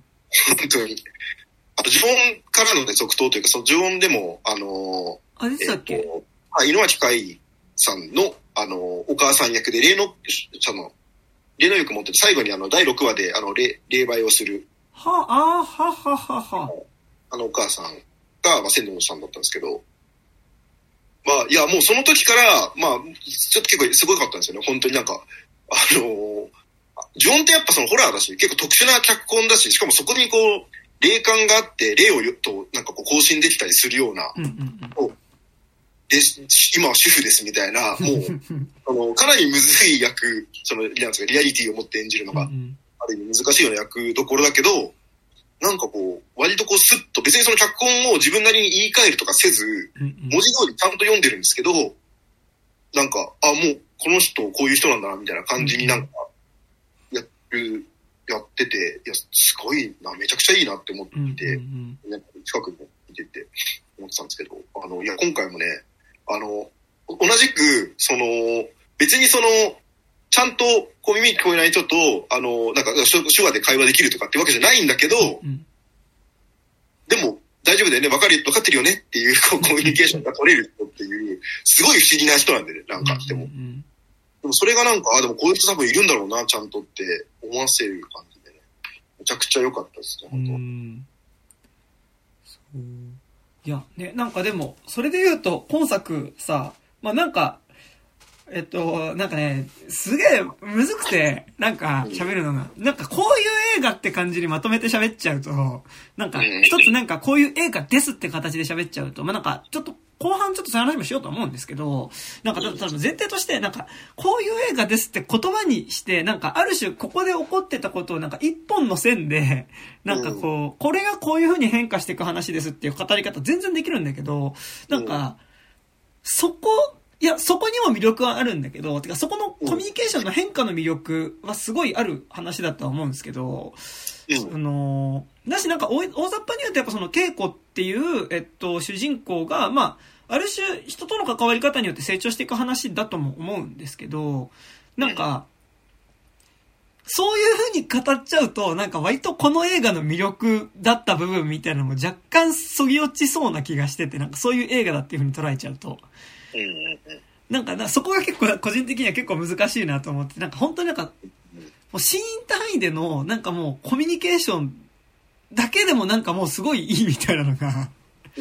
本当に。あと、呪音からのね、続投というか、その呪音でも、あのー、 あれでしたっけ、えー、 あ、井之脇海さんの、あのー、お母さん役で、霊の、その、霊の欲持ってて、最後にあの、だいろくわで、あの、霊、霊媒をする。 は、あー、はははは。 あの、お母さんが、まあ、仙道さんだったんですけど、まあ、いや、もうその時から、まあ、ちょっと結構すごかったんですよね。本当になんか、あのー、呪音ってやっぱそのホラーだし、結構特殊な脚本だし、しかもそこにこう、霊感があって、霊をとなんかこう更新できたりするような、うんうんうん、で、今は主婦ですみたいな、もう、あの、かなりむずい役、その、なんですか、リアリティを持って演じるのが、うんうん、ある意味難しいような役どころだけど、なんかこう、割とこうスッと、別にその脚本を自分なりに言い換えるとかせず、うんうん、文字通りちゃんと読んでるんですけど、なんか、あ、もう、この人、こういう人なんだな、みたいな感じになんか、やってる、やってて、いや、すごいな、めちゃくちゃいいなって思って、うんうんうん、近くで見てて思ってたんですけど、あの、いや、今回もね、あの、同じく、その、別にその、ちゃんとこう耳聞こえない人と、あの、なんか手話で会話できるとかってわけじゃないんだけど、うん、でも、 大丈夫だよね、分かる、分かってるよねっていう、こう、コミュニケーションが取れる人っていう、すごい不思議な人なんでね、なんか、でも。うんうん、でもそれがなんか、あ、でもこういう人多分いるんだろうな、ちゃんとって思わせる感じでね。めちゃくちゃ良かったですね、本当。うん、 そういや、ね、なんかでも、それで言うと、今作さ、まあなんか、えっと、なんかね、すげえむずくて、なんか喋るのが、なんかこういう映画って感じにまとめて喋っちゃうと、なんか一つなんかこういう映画ですって形で喋っちゃうと、まあなんかちょっと後半ちょっとその話もしようと思うんですけど、なんかただ前提として、なんかこういう映画ですって言葉にして、なんかある種ここで起こってたことをなんか一本の線で、なんかこう、これがこういう風に変化していく話ですっていう語り方全然できるんだけど、なんか、そこ、いや、そこにも魅力はあるんだけど、てかそこのコミュニケーションの変化の魅力はすごいある話だとは思うんですけど、うん、あの、だしなんか大雑把に言うとやっぱその稽古っていう、えっと、主人公が、まあ、ある種人との関わり方によって成長していく話だとも思うんですけど、なんか、そういう風に語っちゃうと、なんか割とこの映画の魅力だった部分みたいなのも若干そぎ落ちそうな気がしてて、なんかそういう映画だっていう風に捉えちゃうと。なんかな、そこが結構個人的には結構難しいなと思って、なんか本当になんか、もうシーン単位でのなんかもうコミュニケーションだけでもなんかもうすごいいいみたいなのが、うん、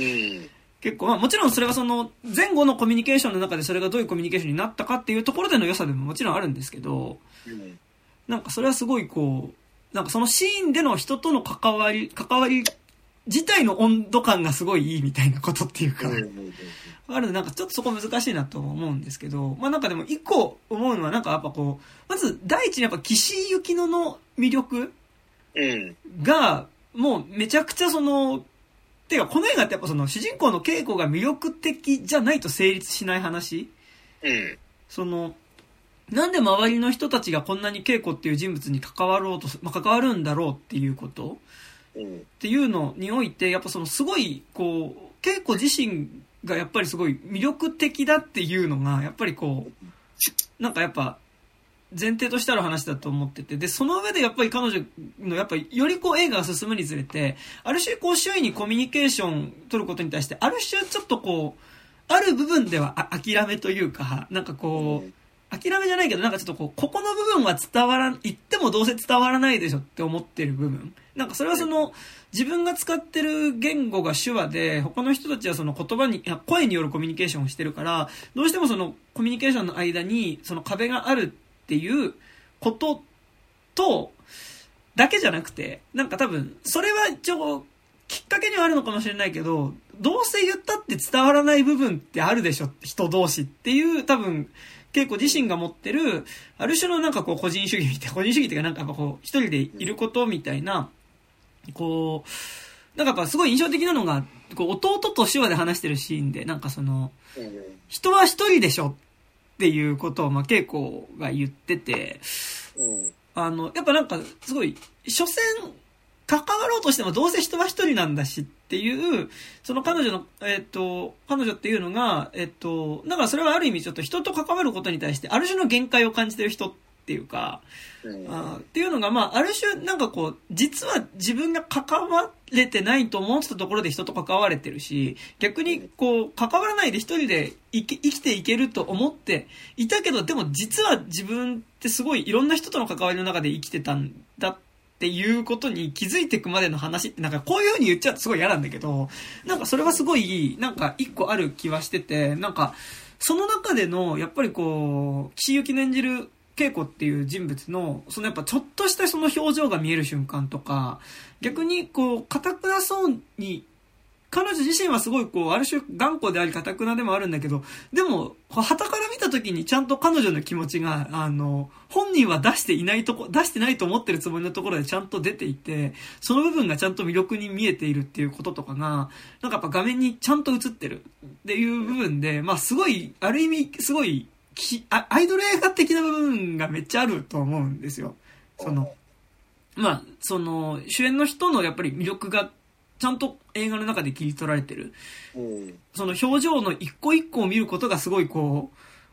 結構まあもちろんそれはその前後のコミュニケーションの中でそれがどういうコミュニケーションになったかっていうところでの良さでももちろんあるんですけど、うん、なんかそれはすごいこう、なんかそのシーンでの人との関わり、関わり自体の温度感がすごいいいみたいなことっていうか、うんあるなんかちょっとそこ難しいなと思うんですけど、まあなんかでも一個思うのはなんかやっぱこう、まず第一にやっぱ岸井ゆきのの魅力が、もうめちゃくちゃその、てかこの映画ってやっぱその主人公の稽古が魅力的じゃないと成立しない話、うん、その、なんで周りの人たちがこんなに稽古っていう人物に関わろうと、まあ、関わるんだろうっていうこと、うん、っていうのにおいて、やっぱそのすごいこう、稽古自身がやっぱりすごい魅力的だっていうのがやっぱりこうなんかやっぱ前提としてある話だと思ってて、でその上でやっぱり彼女のやっぱりよりこう映画が進むにつれてある種こう周囲にコミュニケーション取ることに対してある種ちょっとこうある部分では諦めというかなんかこう諦めじゃないけどなんかちょっとこうここの部分は伝わらん言ってもどうせ伝わらないでしょって思ってる部分なんかそれはその自分が使ってる言語が手話で他の人たちはその言葉に声によるコミュニケーションをしてるからどうしてもそのコミュニケーションの間にその壁があるっていうこととだけじゃなくてなんか多分それは一応きっかけにはあるのかもしれないけどどうせ言ったって伝わらない部分ってあるでしょ人同士っていう多分稽古自身が持ってるある種のなんかこう個人主義みたいな個人主義っていうかなんかこう一人でいることみたいなこうなんかやっぱすごい印象的なのがこう弟と手話で話してるシーンでなんかその人は一人でしょっていうことをまあ稽古が言っててあのやっぱなんかすごい所詮関わろうとしてもどうせ人は一人なんだしっていうその彼女のえっと彼女っていうのがえっとだからそれはある意味ちょっと人と関わることに対してある種の限界を感じてる人っていうか、うん、あっていうのがまあある種なんかこう実は自分が関われてないと思ってたところで人と関われてるし逆にこう関わらないで一人で生き、生きていけると思っていたけどでも実は自分ってすごいいろんな人との関わりの中で生きてたんだっていうことに気づいていくまでの話ってなんかこういう風に言っちゃうとすごい嫌なんだけどなんかそれはすごいなんか一個ある気はしててなんかその中でのやっぱりこう岸由紀の演じる稽古っていう人物のそのやっぱちょっとしたその表情が見える瞬間とか逆にこう堅くなそうに彼女自身はすごいこうある種頑固であり堅くなでもあるんだけどでも傍から見た時にちゃんと彼女の気持ちがあの本人は出していないとこ出してないと思ってるつもりのところでちゃんと出ていてその部分がちゃんと魅力に見えているっていうこととかがなんかやっぱ画面にちゃんと映ってるっていう部分でまあすごいある意味すごいアイドル映画的な部分がめっちゃあると思うんですよ。そのまあその主演の人のやっぱり魅力がちゃんと映画の中で切り取られてる、うん、その表情の一個一個を見ることがすごいこう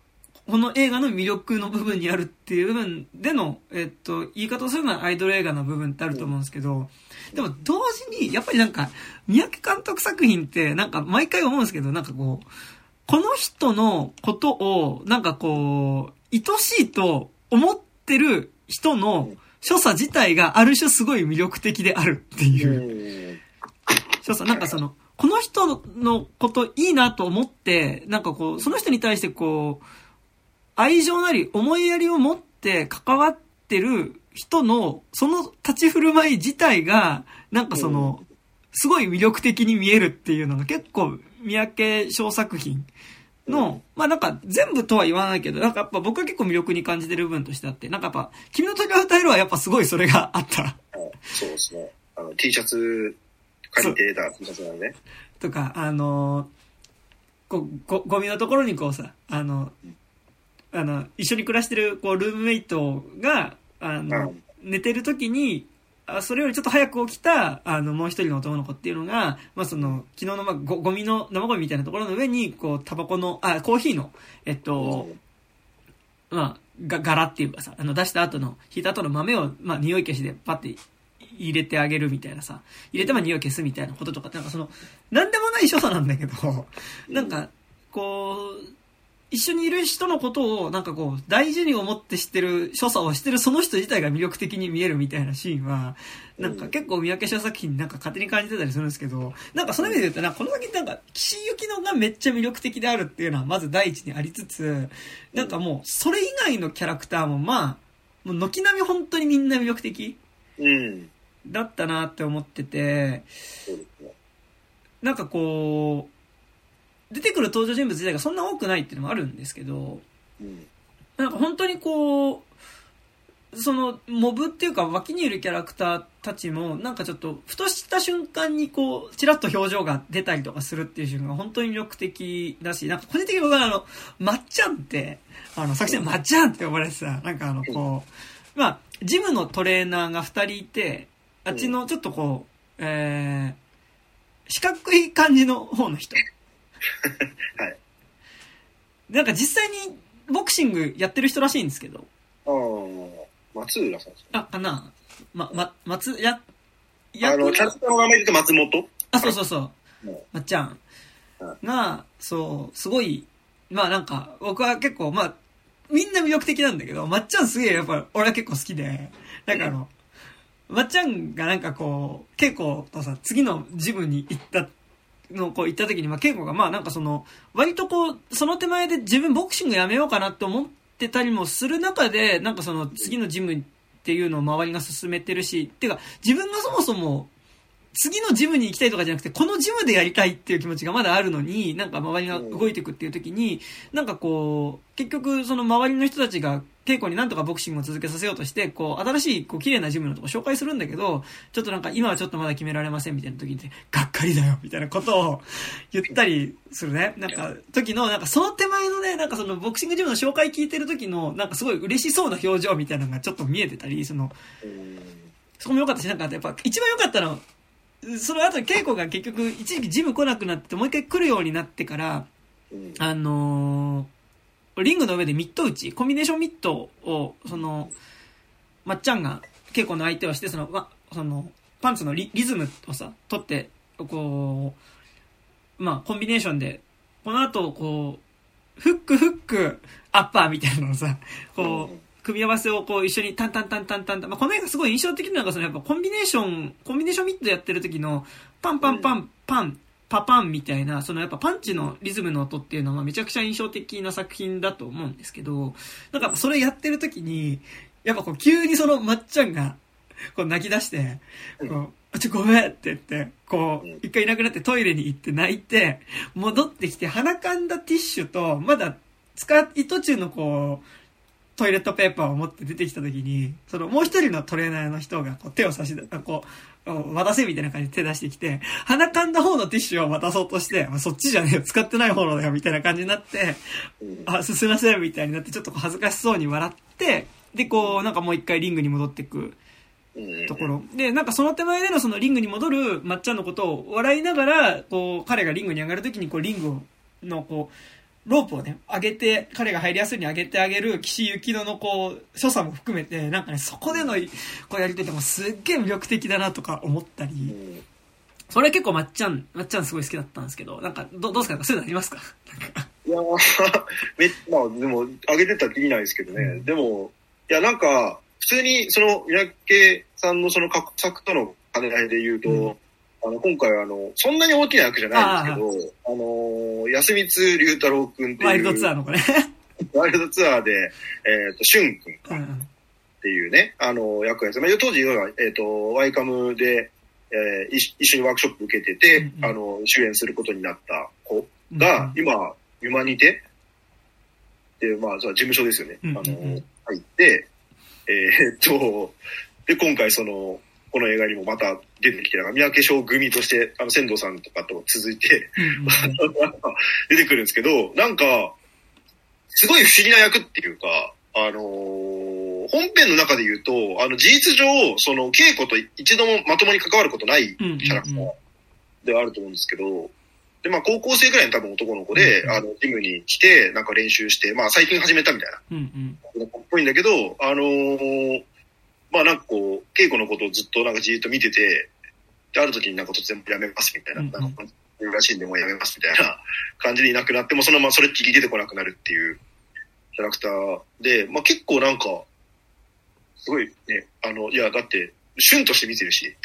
この映画の魅力の部分にあるっていう部分での、えっと、言い方をするのはアイドル映画の部分ってあると思うんですけど、でも同時に、やっぱりなんか、三宅監督作品って、なんか毎回思うんですけど、なんかこう、この人のことを、なんかこう、愛しいと思ってる人の所作自体がある種すごい魅力的であるっていう。所作、なんかその、この人のこといいなと思って、なんかこう、その人に対してこう、愛情なり思いやりを持って関わってる人の、その立ち振る舞い自体が、なんかその、すごい魅力的に見えるっていうのが結構、三宅翔作品の、まあなんか全部とは言わないけど、なんかやっぱ僕は結構魅力に感じてる部分としてあって、なんかやっぱ、君の鳥を歌えるはやっぱすごいそれがあった。 そうですね。あの、T シャツ、借りてた T シャツなんでね。 とか、あの、こご、ゴミのところにこうさ、あの、あの、一緒に暮らしてる、こう、ルームメイトが、あの、うん、寝てる時に、あ、それよりちょっと早く起きた、あの、もう一人の男の子っていうのが、まあ、その、昨日の、まあ、ご、ゴミの、生ゴミみたいなところの上に、こう、タバコの、あ、コーヒーの、えっと、うん、まあ、が、柄っていうかさ、あの、出した後の、引いた後の豆を、まあ、匂い消しでパッて入れてあげるみたいなさ、入れてまあ匂い消すみたいなこととかって、なんかその、なんでもない所作なんだけど、なんか、こう、一緒にいる人のことをなんかこう大事に思って知ってる所作をしてるその人自体が魅力的に見えるみたいなシーンはなんか結構三宅翔作品なんか勝手に感じてたりするんですけど、なんかその意味で言うとなんかこの先なんか岸由紀乃がめっちゃ魅力的であるっていうのはまず第一にありつつ、なんかもうそれ以外のキャラクターもまあもう軒並み本当にみんな魅力的だったなって思ってて、なんかこう出てくる登場人物自体がそんな多くないっていうのもあるんですけど、うん、なんか本当にこう、そのモブっていうか脇にいるキャラクターたちもなんかちょっとふとした瞬間にこうちらっと表情が出たりとかするっていう瞬間が本当に魅力的だし、なんか個人的に僕はあのまっちゃんってあの作者のまっちゃんって呼ばれてさ、なんかあのこうまあジムのトレーナーがふたりいて、あっちのちょっとこう、えー、四角い感じの方の人はい。 なんか実際にボクシングやってる人らしいんですけど。 ああ、松浦さんですか、 あ、かな。ま、ま、松、や、 や、あの、キャラクターの名前で言うと松本あ、そうそうそう。まっちゃんが、そう、すごい、まあなんか、僕は結構、まあ、みんな魅力的なんだけど、まっちゃんすげえやっぱ俺は結構好きで、なんかあの、まっちゃんがなんかこう、稽古とさ、次のジムに行ったのこう行った時に、まあ、稽古がまあなんかその割とこうその手前で自分ボクシングやめようかなって思ってたりもする中で、なんかその次のジムっていうのを周りが進めてるし、っていうか自分がそもそも次のジムに行きたいとかじゃなくてこのジムでやりたいっていう気持ちがまだあるのに、なんか周りが動いていくっていう時に、なんかこう結局その周りの人たちが稽古になんとかボクシングを続けさせようとして、こう、新しい、こう、綺麗なジムのとこ紹介するんだけど、ちょっとなんか、今はちょっとまだ決められませんみたいな時に、がっかりだよみたいなことを言ったりするね。なんか、時の、なんか、その手前のね、なんかその、ボクシングジムの紹介聞いてる時の、なんかすごい嬉しそうな表情みたいなのがちょっと見えてたり、その、そこも良かったし、なんか、やっぱ、一番良かったのは、その後に稽古が結局、一時期ジム来なくなって、もう一回来るようになってから、あのー、リングの上でミット打ち、コンビネーションミットを、その、まっちゃんが稽古の相手をして、その、ま、その、パンツの リ, リズムをさ、取って、こう、まあ、コンビネーションで、この後、こう、フックフック、アッパーみたいなのをさ、こう、組み合わせをこう一緒にタンタンタンタンタンタン、まあ、この映画すごい印象的なのが、そのやっぱコンビネーション、コンビネーションミットやってる時の、パンパンパンパン、パパンみたいな、そのやっぱパンチのリズムの音っていうのはめちゃくちゃ印象的な作品だと思うんですけど、なんかそれやってる時に、やっぱこう急にそのまっちゃんが、こう泣き出して、こう、ちょ、ごめんって言って、こう、一回いなくなってトイレに行って泣いて、戻ってきて鼻かんだティッシュと、まだ使い途中のこう、トイレットペーパーを持って出てきた時に、そのもう一人のトレーナーの人がこう手を差し出、こう、渡せみたいな感じで手出してきて、鼻かんだ方のティッシュを渡そうとして、そっちじゃねえよ、使ってない方のだよ、みたいな感じになって、あ、すいません、みたいになって、ちょっとこう恥ずかしそうに笑って、で、こう、なんかもう一回リングに戻っていくところ。で、なんかその手前でのそのリングに戻るまっちゃんのことを笑いながら、こう、彼がリングに上がるときに、こう、リングのこう、 ロープをね、上げて、彼が入りやすいように上げてあげる岸由乃のこう、所作も含めて、なんかね、そこでの、こうやりとりでもすっげえ魅力的だなとか思ったり、それ結構まっちゃん、まっちゃんすごい好きだったんですけど、なんか、ど、どうですか？そういうのありますか？ いやめ、まあ、でも、上げてたらきりないですけどね。うん、でも、いや、なんか、普通に、その、三宅さんのその過去作との兼ね合いで言うと、うん、あの、今回はあの、そんなに大きな役じゃないんですけど、あ, あの、安光龍太郎くんっていう。 ワイルドツアーのこれ。 ワイルドツアーで、えっ、ー、と、しゅんくんかっていうね、あの、役やつ。まあ、当時は、えっ、ー、と、ワイカムで、えー、一緒にワークショップ受けてて、うんうん、あの、主演することになった子が、うんうん、今、ユマニテで、まあ、事務所ですよね。うんうんうん、あの、入って、えー、っと、で、今回その、この映画にもまた出てきて、なんか三宅翔組として、あの、仙道さんとかと続いて、うんうん、出てくるんですけど、なんか、すごい不思議な役っていうか、あのー、本編の中で言うと、あの、事実上、その、稽古と一度もまともに関わることないキャラクターではあると思うんですけど、で、まあ、高校生くらいの多分男の子で、うんうん、あの、ジムに来て、なんか練習して、まあ、最近始めたみたいな。うんうん。っぽいんだけど、あのー、まあ、なんかこう、稽古のことをずっとなんかじーっと見てて、で、ある時になんか突然やめますみたいな、うんうん、なんか、らしいんでもうやめますみたいな感じでいなくなっても、そのままそれっきり出てこなくなるっていうキャラクターで、まあ、結構なんか、すごいね、あの、いや、だって、シュンとして見てるし、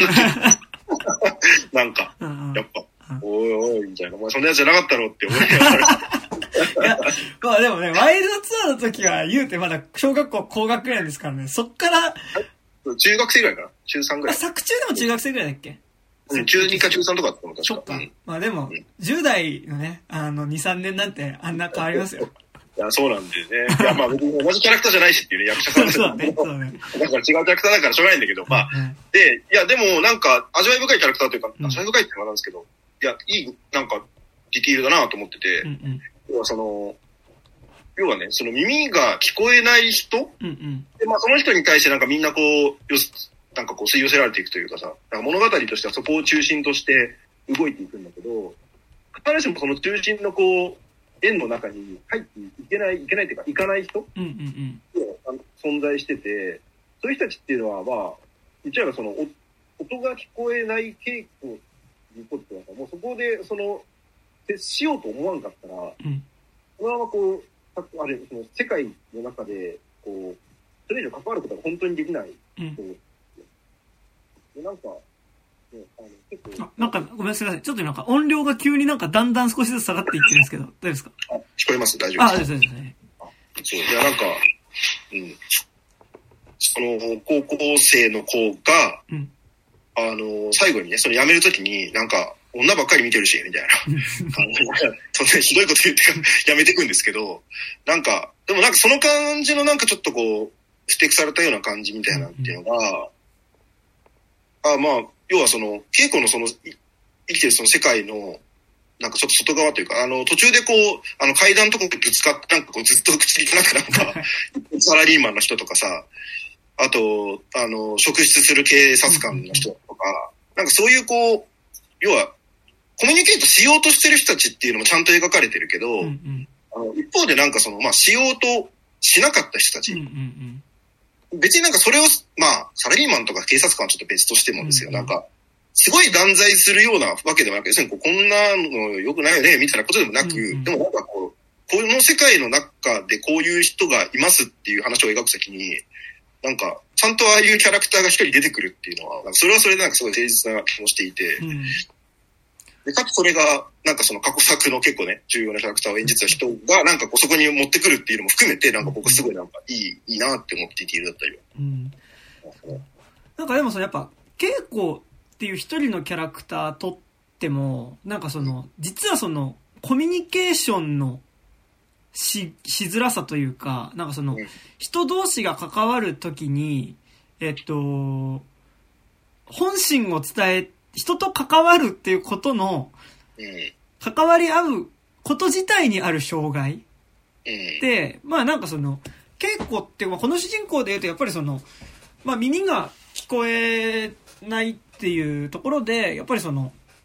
なんか、やっぱ、おいおい、みたいな。お前そんなやつじゃなかったろって思いながら。 いや、まあでもね、ワイルドツアーの時は言うてまだ小学校高学年ですからね、そっから、 中学生ぐらいかな中さんぐらい。 あ、作中でも中学生ぐらいだっけ？ うん、中にか中さんとかだったのか。 そっか。うん、まあでも、うん、じゅう代のね、あの、に、さんねんなんてあんな変わりますよ。 いや、そうなんだよね。いや、まあ別に同じキャラクターじゃないしっていうね、役者さんですそうだね、そうだね。 だから違うキャラクターだからしょうがないんだけど、まあ、うん、で、いや、でもなんか味わい深いキャラクターというか、うん、味わい深いっていうのはなんですけど、いや、いい、なんか、ディティールだなと思ってて、うんうん、要はその、要はね、その耳が聞こえない人、うんうん、で、まあその人に対してなんかみんなこう、よなんかこう吸い寄せられていくというかさ、なんか物語としてはそこを中心として動いていくんだけど、必ずしもその中心のこう、円の中に入っていけない、いけないというか、いかない人が、うんうんうん、存在してて、そういう人たちっていうのは、まあ、言っちゃえばその、音が聞こえない稽古にとってはさ、もうそこで、その、接しようと思わんかったら、うん、そのままこう、あれ、その世界の中で、こう、それ以上関わることが本当にできない。うん、でなんか、ね、あの結構あなんかごめんなさい。ちょっとなんか音量が急になんかだんだん少しずつ下がっていってるんですけど、大丈夫ですか？ あ、聞こえます？大丈夫ですか？ あ、大丈夫ですね。 そう、いやなんか、うん。その、高校生の子が、うん、あの、最後にね、その辞めるときになんか、女ばっかり見てるし、みたいな。そんなひどいこと言ってやめてくんですけど、なんか、でもなんかその感じのなんかちょっとこう、指摘されたような感じみたいなっていうのが、あまあ、要はその、稽古のその、生きてるその世界の、なんかちょっと外側というか、あの、途中でこう、あの階段とかでぶつかって、なんかこうずっと口聞かなくなんか、サラリーマンの人とかさ、あと、あの、職質する警察官の人とか、なんかそういうこう、要は、コミュニケートしようとしてる人たちっていうのもちゃんと描かれてるけど、うんうん、あの一方でなんかその、まあ、しようとしなかった人たち、うんうんうん、別になんかそれを、まあ、サラリーマンとか警察官はちょっと別としてもですよ、うんうん、なんか、すごい断罪するようなわけでもなく、要するにこうこんなの良くないよね、みたいなことでもなく、うんうん、でもなんかこう、この世界の中でこういう人がいますっていう話を描くときに、なんか、ちゃんとああいうキャラクターが一人出てくるっていうのは、それはそれでなんかすごい誠実な気もしていて、うんで、かつそれが、なんかその過去作の結構ね、重要なキャラクターを演じてた人が、なんかこうそこに持ってくるっていうのも含めて、なんか僕すごいなんかいい、いいなって思っていているだったりは。うん。 なんかでもそのやっぱ、稽古っていう一人のキャラクターとっても、なんかその、実はその、コミュニケーションのし、しづらさというか、なんかその、人同士が関わるときに、えっと、本心を伝え人と関わるっていうことの、関わり合うこと自体にある障害で、まあなんかその、稽古って、この主人公で言うとやっぱりその、まあ耳が聞こえないっていうところで、やっぱりその、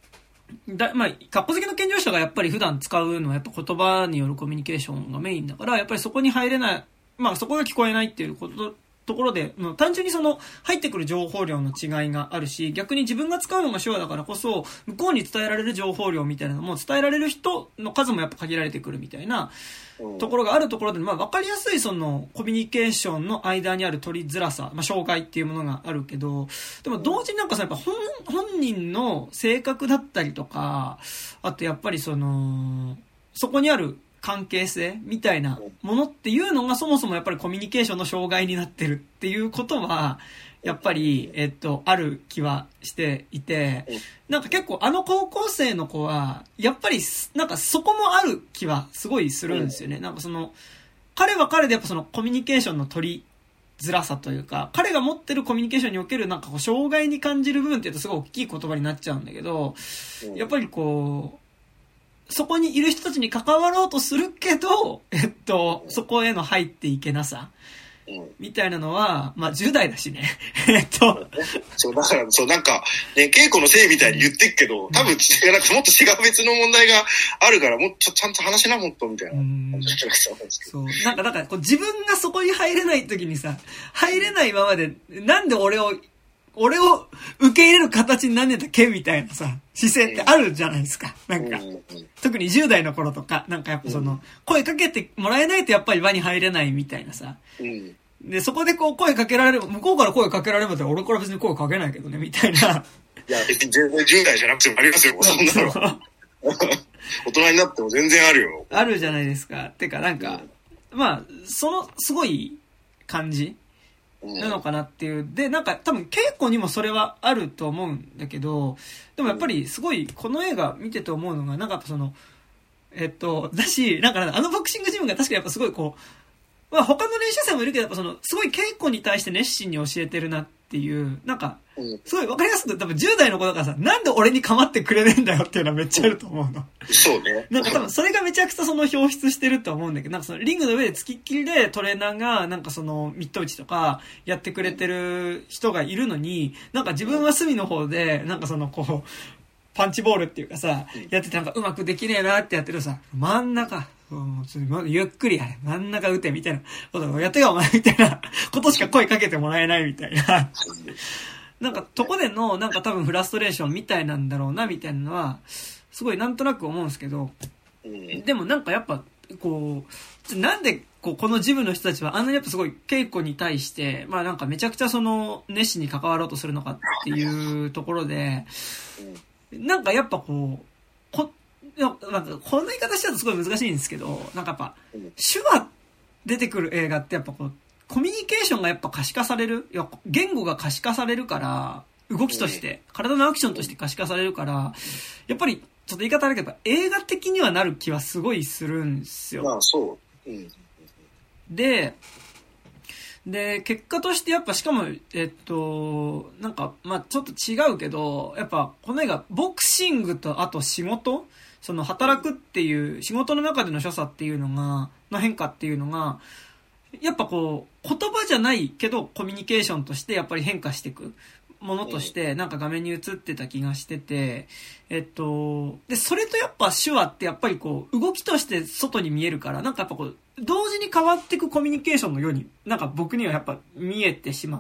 だ、まあ、格好好きの健常者がやっぱり普段使うのはやっぱ言葉によるコミュニケーションがメインだから、やっぱりそこに入れない、まあそこが聞こえないっていうこと、ところで、単純にその入ってくる情報量の違いがあるし、逆に自分が使うのが手話だからこそ、向こうに伝えられる情報量みたいなのも伝えられる人の数もやっぱ限られてくるみたいなところがあるところで、まあ分かりやすいそのコミュニケーションの間にある取りづらさ、まあ障害っていうものがあるけど、でも同時になんかさ、やっぱ本、本人の性格だったりとか、あとやっぱりその、そこにある関係性みたいなものっていうのがそもそもやっぱりコミュニケーションの障害になってるっていうことはやっぱりえっとある気はしていて、なんか結構あの高校生の子はやっぱりなんかそこもある気はすごいするんですよね。なんかその彼は彼でやっぱそのコミュニケーションの取りづらさというか、彼が持ってるコミュニケーションにおけるなんかこう障害に感じる部分っていうとすごい大きい言葉になっちゃうんだけど、やっぱりこうそこにいる人たちに関わろうとするけど、えっと、そこへの入っていけなさ、みたいなのは、まあ、じゅう代だしね。えっと。 そう、だから、そう、なんか、ね、稽古のせいみたいに言ってっけど、多分、なんかもっと違う別の問題があるから、もっとちゃんと話しな、もっと、みたいな感じがしたんですけど。 そう。なんか、だからこう、自分がそこに入れないときにさ、入れないままで、なんで俺を、俺を受け入れる形になんねえだっけみたいなさ、姿勢ってあるじゃないですか。なんか、特にじゅう代の頃とか、なんかやっぱその、声かけてもらえないとやっぱり輪に入れないみたいなさ。で、そこでこう声かけられる、向こうから声かけられるまで俺から別に声かけないけどね、みたいな。いや、別に全然じゅう代じゃなくてもありますよ、そんなの。大人になっても全然あるよ。 あるじゃないですか。てかなんか、まあ、そのすごい感じなのかなっていう。で、なんか多分稽古にもそれはあると思うんだけど、でもやっぱりすごいこの映画見てて思うのが、なんかやっぱその、えっと、だし、なんかあのボクシングジムが確かやっぱすごいこう、まあ他の練習生もいるけど、やっぱその、すごい稽古に対して熱心に教えてるなっていう、なんか、すごいわかりやすく多分じゅう代の子だからさ、なんで俺に構ってくれねえんだよっていうのはめっちゃあると思うの。 そうね。 なんか多分それがめちゃくちゃその表出してると思うんだけど、なんかそのリングの上で付きっきりでトレーナーがなんかそのミット打ちとかやってくれてる人がいるのに、なんか自分は隅の方で、なんかそのこう、パンチボールっていうかさ、やっててなんかうまくできねえなってやってるとさ、真ん中、ちょっとゆっくりやれ、真ん中打てみたいなことをやってがお前みたいなことしか声かけてもらえないみたいな。なんか、とこでの、なんか多分フラストレーションみたいなんだろうな、みたいなのは、すごいなんとなく思うんですけど、でもなんかやっぱ、こう、なんで、こう、このジムの人たちはあんなにやっぱすごい稽古に対して、まあなんかめちゃくちゃその、熱心に関わろうとするのかっていうところで、なんかやっぱこう、こ、なんかこんな言い方しちゃうとすごい難しいんですけど、なんかやっぱ、手話出てくる映画ってやっぱこう、コミュニケーションがやっぱ可視化される。いや、言語が可視化されるから、動きとして、体のアクションとして可視化されるから、やっぱり、ちょっと言い方あるけど、映画的にはなる気はすごいするんですよ。 まあ、そう。うん、 で、で、結果としてやっぱしかも、えっと、なんか、まあちょっと違うけど、やっぱこの映画、ボクシングとあと仕事その働くっていう、仕事の中での所作っていうのが、の変化っていうのが、やっぱこう、言葉じゃないけどコミュニケーションとしてやっぱり変化していくものとしてなんか画面に映ってた気がしてて、えっと、で、それとやっぱ手話ってやっぱりこう、動きとして外に見えるから、なんかやっぱこう、同時に変わっていくコミュニケーションのように、なんか僕にはやっぱ見えてしまって、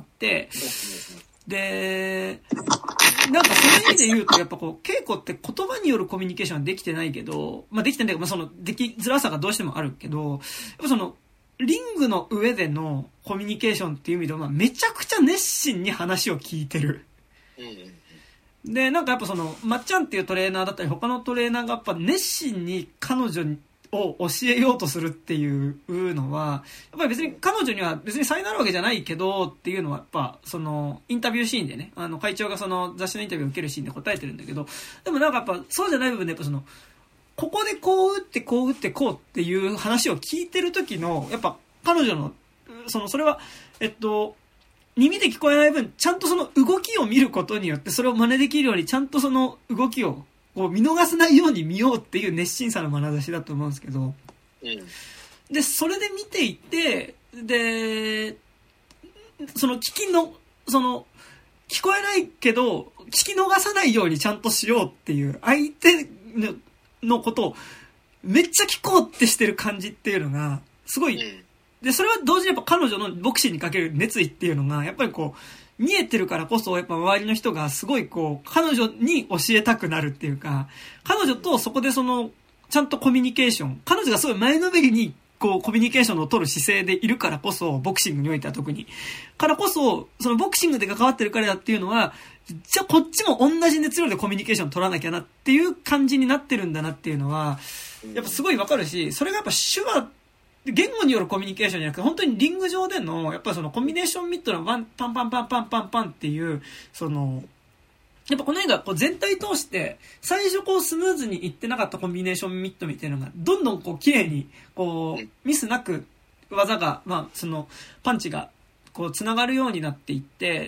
で、なんかその意味で言うと、やっぱこう、稽古って言葉によるコミュニケーションはできてないけど、まあできてないけど、まあその、できづらさがどうしてもあるけど、やっぱその、リングの上でのコミュニケーションっていう意味では、めちゃくちゃ熱心に話を聞いてる。で、なんかやっぱその、まっちゃんっていうトレーナーだったり、他のトレーナーがやっぱ熱心に彼女を教えようとするっていうのは、やっぱり別に彼女には別に才能あるわけじゃないけどっていうのはやっぱ、その、インタビューシーンでね、あの、会長がその雑誌のインタビューを受けるシーンで答えてるんだけど、でもなんかやっぱそうじゃない部分でやっぱその、ここでこう打ってこう打ってこうっていう話を聞いてる時の、やっぱ彼女の、その、それは、えっと、耳で聞こえない分、ちゃんとその動きを見ることによって、それを真似できるように、ちゃんとその動きを、こう見逃せないように見ようっていう熱心さの眼差しだと思うんですけど、 うん、 で、それで見ていて、で、その聞きの、その、聞聞こえないけど、聞き逃さないようにちゃんとしようっていう、相手のことをめっちゃ聞こうってしてる感じっていうのが、すごい、で、それは同時にやっぱ彼女のボクシーにかける熱意っていうのが、やっぱりこう、見えてるからこそ、やっぱ周りの人がすごいこう、彼女に教えたくなるっていうか、彼女とそこでその、ちゃんとコミュニケーション、彼女がすごい前のめりに、こう、コミュニケーションを取る姿勢でいるからこそ、ボクシングにおいては特に。からこそ、そのボクシングで関わってる彼だっていうのは、じゃあこっちも同じ熱量でコミュニケーション取らなきゃなっていう感じになってるんだなっていうのは、やっぱすごいわかるし、それがやっぱ手話、言語によるコミュニケーションじゃなくて、本当にリング上での、やっぱそのコンビネーションミットのワン、パンパンパンパンパンパンっていう、その、やっぱこの映画こう全体通して、最初こうスムーズにいってなかったコンビネーションミットみたいなのが、どんどんこう綺麗に、こう、ミスなく技が、まあその、パンチが、こう繋がるようになっていって、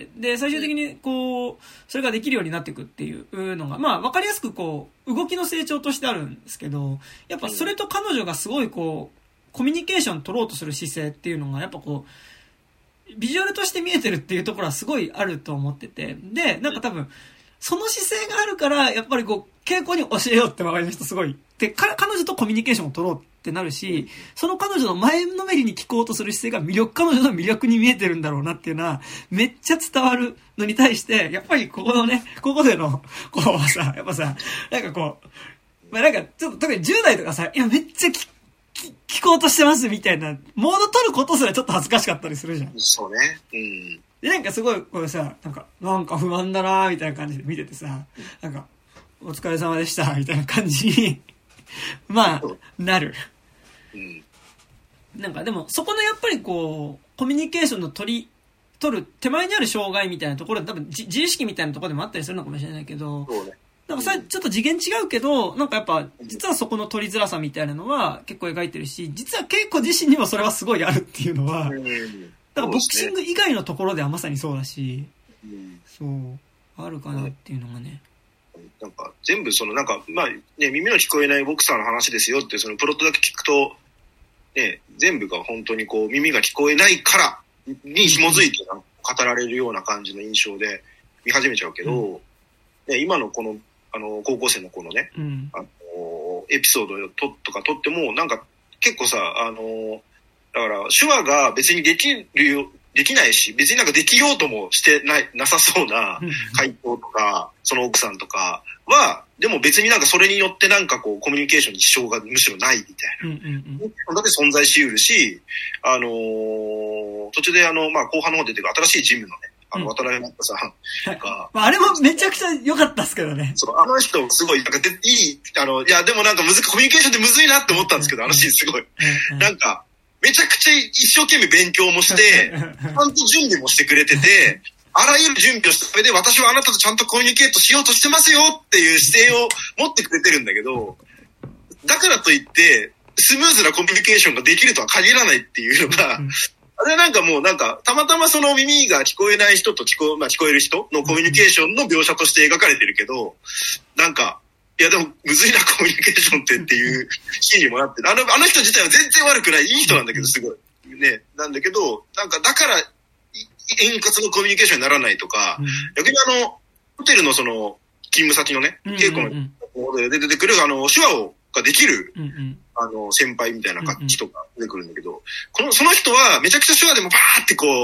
で、最終的にこう、それができるようになっていくっていうのが、まあわかりやすくこう、動きの成長としてあるんですけど、やっぱそれと彼女がすごいこう、コミュニケーション取ろうとする姿勢っていうのが、やっぱこう、ビジュアルとして見えてるっていうところはすごいあると思ってて、で、なんか多分、その姿勢があるから、やっぱりこう、稽古に教えようって周りの人すごい。で、彼女とコミュニケーションを取ろうってなるし、その彼女の前のめりに聞こうとする姿勢が魅力、彼女の魅力に見えてるんだろうなっていうのは、めっちゃ伝わるのに対して、やっぱりここのね、ここでの、こうさ、やっぱさ、なんかこう、まあなんか、ちょっと特にじゅう代とかさ、いや、めっちゃ聞聞こうとしてますみたいな、モード取ることすらちょっと恥ずかしかったりするじゃん。 そうね。うん。 で、なんかすごい、これさ、なんか、なんか不満だなーみたいな感じで見ててさ、なんか、お疲れ様でしたみたいな感じに、まあ、なる。うん。なんかでも、そこのやっぱりこう、コミュニケーションの取り、取る手前にある障害みたいなところで多分自意識みたいなところでもあったりするのかもしれないけど、そうね。なんかさ、ちょっと次元違うけど、なんかやっぱ、実はそこの取りづらさみたいなのは結構描いてるし、実は稽古自身にもそれはすごいあるっていうのは、だからボクシング以外のところではまさにそうだし、そう、あるかなっていうのがね。 なんか全部そのなんか、まあね、耳の聞こえないボクサーの話ですよって、そのプロットだけ聞くと、ね、全部が本当にこう耳が聞こえないからに紐づいて語られるような感じの印象で見始めちゃうけど、うんね、今のこのあの、高校生の子のね、うん、あの、エピソードをととか撮っても、なんか、結構さ、あの、だから、手話が別にできるよ、できないし、別になんかできようともしてない、なさそうな回答とか、その奥さんとかは、でも別になんかそれによってなんかこう、コミュニケーションに支障がむしろないみたいな。うんうんうん、だって存在し得るし、あのー、途中であの、まあ、後半の方で出てくる新しいジムのね、あの、渡辺真さんが、 うん。あれもめちゃくちゃ良かったっすけどね。 そう、あの人すごい、なんかで、いい、あの、いや、でもなんかむず、コミュニケーションってむずいなって思ったんですけど、あのシーンすごい。うんうん、なんか、めちゃくちゃ一生懸命勉強もして、ちゃんと準備もしてくれてて、あらゆる準備をした上で、私はあなたとちゃんとコミュニケートしようとしてますよっていう姿勢を持ってくれてるんだけど、だからといって、スムーズなコミュニケーションができるとは限らないっていうのが、うんあれなんかもうなんか、たまたまその耳が聞こえない人と聞こえ、まあ聞こえる人のコミュニケーションの描写として描かれてるけど、なんか、いやでもむずいなコミュニケーションってっていうシーンにもなってる。あの、あの人自体は全然悪くない、いい人なんだけどすごい。ね、なんだけど、なんかだから、円滑のコミュニケーションにならないとか、逆にあの、ホテルのその、勤務先のね、稽古ので出てくるあの、手話を、ができる、うんうん、あの、先輩みたいな人が出てくるんだけど、うんうん、この、その人はめちゃくちゃ手話でもバーってこう、うんうん、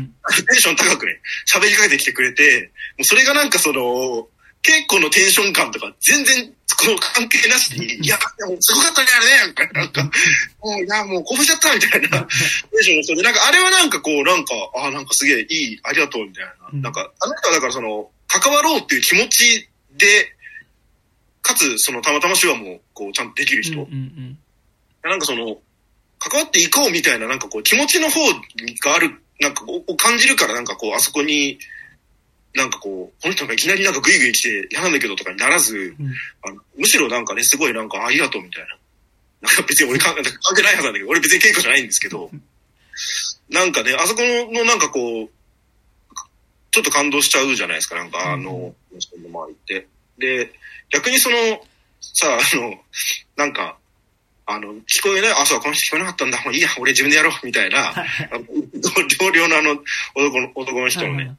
テンション高くね、喋りかけてきてくれて、もうそれがなんかその、結構のテンション感とか全然、この関係なしに、いや、でもすごかったね、あれね、なんか、もう、いや、もうこぼしちゃったみたいな、テンションの人で、なんかあれはなんかこう、なんか、あ、なんかすげえいい、ありがとうみたいな、うん、なんか、あの人はだからその、関わろうっていう気持ちで、かつ、その、たまたま手話も、こう、ちゃんとできる人。うんうんうん、なんかその、関わっていこうみたいな、なんかこう、気持ちの方がある、なんかこう、感じるから、なんかこう、あそこに、なんかこう、この人がいきなりなんかグイグイ来て嫌なんだけどとかにならず、うん、あのむしろなんかね、すごいなんか、ありがとうみたいな。なんか別に俺関係ないはずなんだけど、俺別に稽古じゃないんですけど、なんかね、あそこのなんかこう、ちょっと感動しちゃうじゃないですか、なんかあの、人の周りって。で、逆にその、さ、あの、なんか、あの、聞こえない、あ、そう、この人聞こえなかったんだ、もういいや、俺自分でやろう、みたいな、同僚のあの、男の、男の人のね、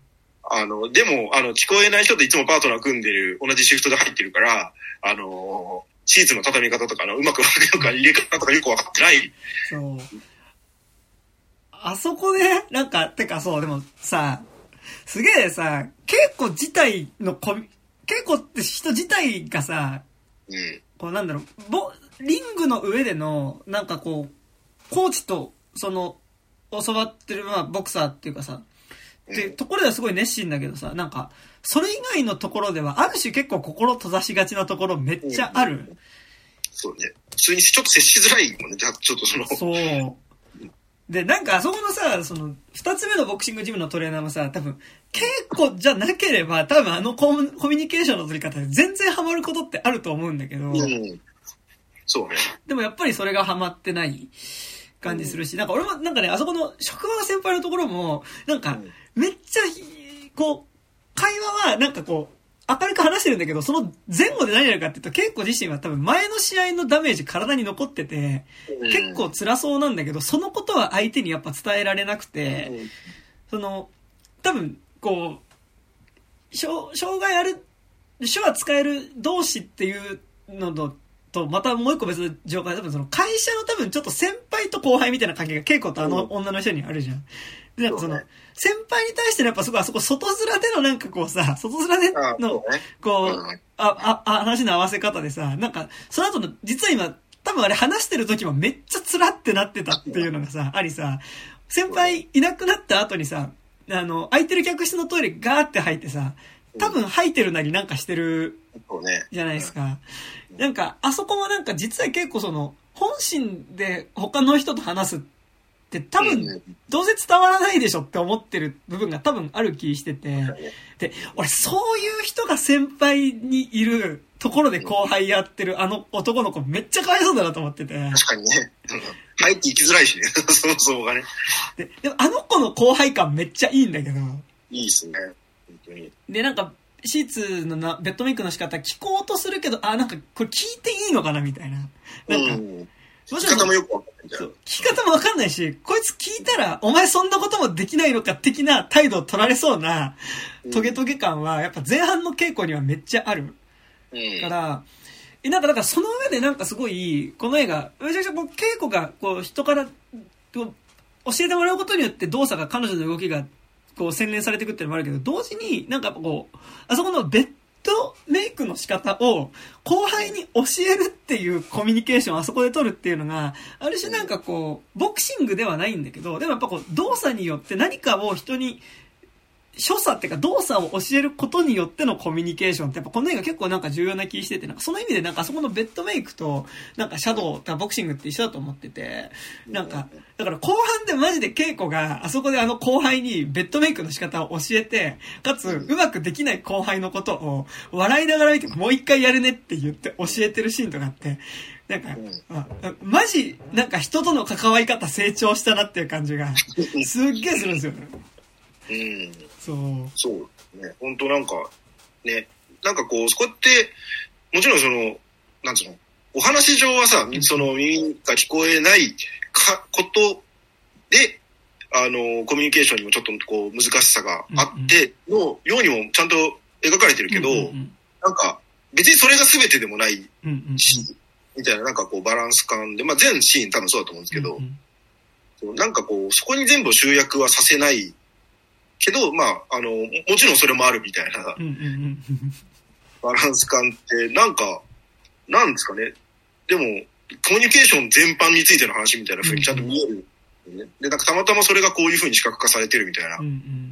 あの、でも、あの、聞こえない人といつもパートナー組んでる、同じシフトで入ってるから、あの、シーツの畳み方とかのうまくとか入れ方とかよくわかってない。 そう。あそこで、なんか、てかそう、でもさ、すげえさ、稽古自体のコミ、稽古って人自体がさ、 うん、 こうなんだろう、ボ、リングの上での、なんかこう、コーチと、その、教わってる、まあ、ボクサーっていうかさ、っていうところではすごい熱心だけどさ、なんか、それ以外のところでは、ある種結構心閉ざしがちなところめっちゃある。うん、 そうね。普通にちょっと接しづらいもんね、じゃあちょっとその。 そう。で、なんかあそこのさ、その、二つ目のボクシングジムのトレーナーもさ、多分、稽古じゃなければ、多分あのコミュニケーションの取り方で全然ハマることってあると思うんだけど、うん、 そうね。 でもやっぱりそれがハマってない感じするし、うん、なんか俺もなんかね、あそこの職場の先輩のところも、なんか、めっちゃ、こう、会話はなんかこう、明るく話してるんだけど、その前後で何やるかっていうと、稽古自身は多分前の試合のダメージ体に残ってて、結構辛そうなんだけど、そのことは相手にやっぱ伝えられなくて、その、多分、こう、障害ある、手話使える同士っていうのと、とまたもう一個別の状態、多分その会社の多分ちょっと先輩と後輩みたいな関係が稽古とあの女の人にあるじゃん。で、なんかその、先輩に対してのやっぱそこ、あそこ外面でのなんかこうさ、外面での、こう、あ、あ、話の合わせ方でさ、なんか、その後の、実は今、多分あれ話してる時もめっちゃつらってなってたっていうのがさ、ありさ、先輩いなくなった後にさ、あの、空いてる客室のトイレガーって入ってさ、多分吐いてるなりなんかしてる、じゃないですか。なんか、あそこもなんか実は結構その、本心で他の人と話すって多分、どうせ伝わらないでしょって思ってる部分が多分ある気してて、で、俺そういう人が先輩にいるところで後輩やってるあの男の子めっちゃかわいそうだなと思ってて。 確かにね。入って行きづらいしね。そもそもがね。 で、でもあの子の後輩感めっちゃいいんだけど。 いいっすね。本当に。 で、なんか、シーツのなベッドメイクの仕方聞こうとするけど、あ、なんかこれ聞いていいのかなみたいな。なんか、うん、 聞き方もよくわかんないじゃん。 そう。聞き方もわかんないし、こいつ聞いたら、お前そんなこともできないのか的な態度を取られそうな、トゲトゲ感は、やっぱ前半の稽古にはめっちゃある。うん、から、え、なんか、だからその上でなんかすごい、この映画、めちゃくちゃこう稽古が、こう人から、こう、教えてもらうことによって動作が、彼女の動きが、こう洗練されていくっていうのもあるけど、同時になんかこう、あそこのベッドメイクの仕方を後輩に教えるっていうコミュニケーションをあそこで取るっていうのが、ある種なんかこう、ボクシングではないんだけど、でもやっぱこう、動作によって何かを人に、所作っていうか動作を教えることによってのコミュニケーションってやっぱこの映画結構なんか重要な気してて、なんかその意味でなんかあそこのベッドメイクとなんかシャドウ、ボクシングって一緒だと思ってて、なんか、だから後半でマジで稽古があそこであの後輩にベッドメイクの仕方を教えて、かつうまくできない後輩のことを笑いながら見てもう一回やるねって言って教えてるシーンとかあって、なんか、あマジなんか人との関わり方成長したなっていう感じがすっげえするんですよね。 うん。 そう。 そうね。本当なんか、ね。なんかこう、そこって、もちろんその、なんつうの、お話上はさ、その耳が聞こえないか、ことで、あの、コミュニケーションにもちょっとこう、難しさがあって、のようにもちゃんと描かれてるけど、うんうん、なんか、別にそれが全てでもないし、うんうん、みたいななんかこう、バランス感で、まあ全シーン多分そうだと思うんですけど、うんうん、なんかこう、そこに全部集約はさせないけど、まあ、あの、もちろんそれもあるみたいな、バランス感って、なんか、なんですかね。でも、コミュニケーション全般についての話みたいな風にちゃんと見える、ね。で、なんかたまたまそれがこういう風に視覚化されてるみたいな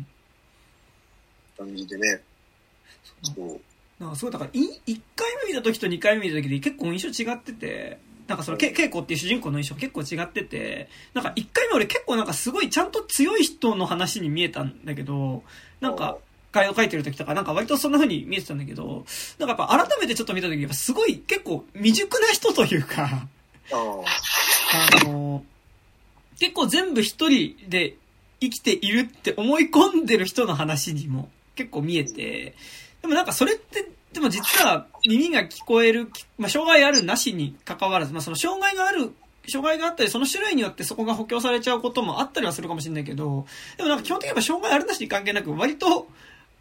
感じでね。 そう。なんかすごい、だから、いっかいめ見た時とにかいめ見た時で結構印象違ってて、なんかその、け、稽古っていう主人公の印象結構違ってて、なんか一回目俺結構なんかすごいちゃんと強い人の話に見えたんだけど、なんか、ガイド書いてる時とかなんか割とそんな風に見えてたんだけど、なんかやっぱ改めてちょっと見た時やっぱすごい結構未熟な人というか、あの、結構全部一人で生きているって思い込んでる人の話にも結構見えて、でもなんかそれって、でも実は耳が聞こえる、まあ、障害あるなしに関わらず、まあ、その障害がある、障害があったり、その種類によってそこが補強されちゃうこともあったりはするかもしれないけど、でもなんか基本的には障害あるなしに関係なく、割と、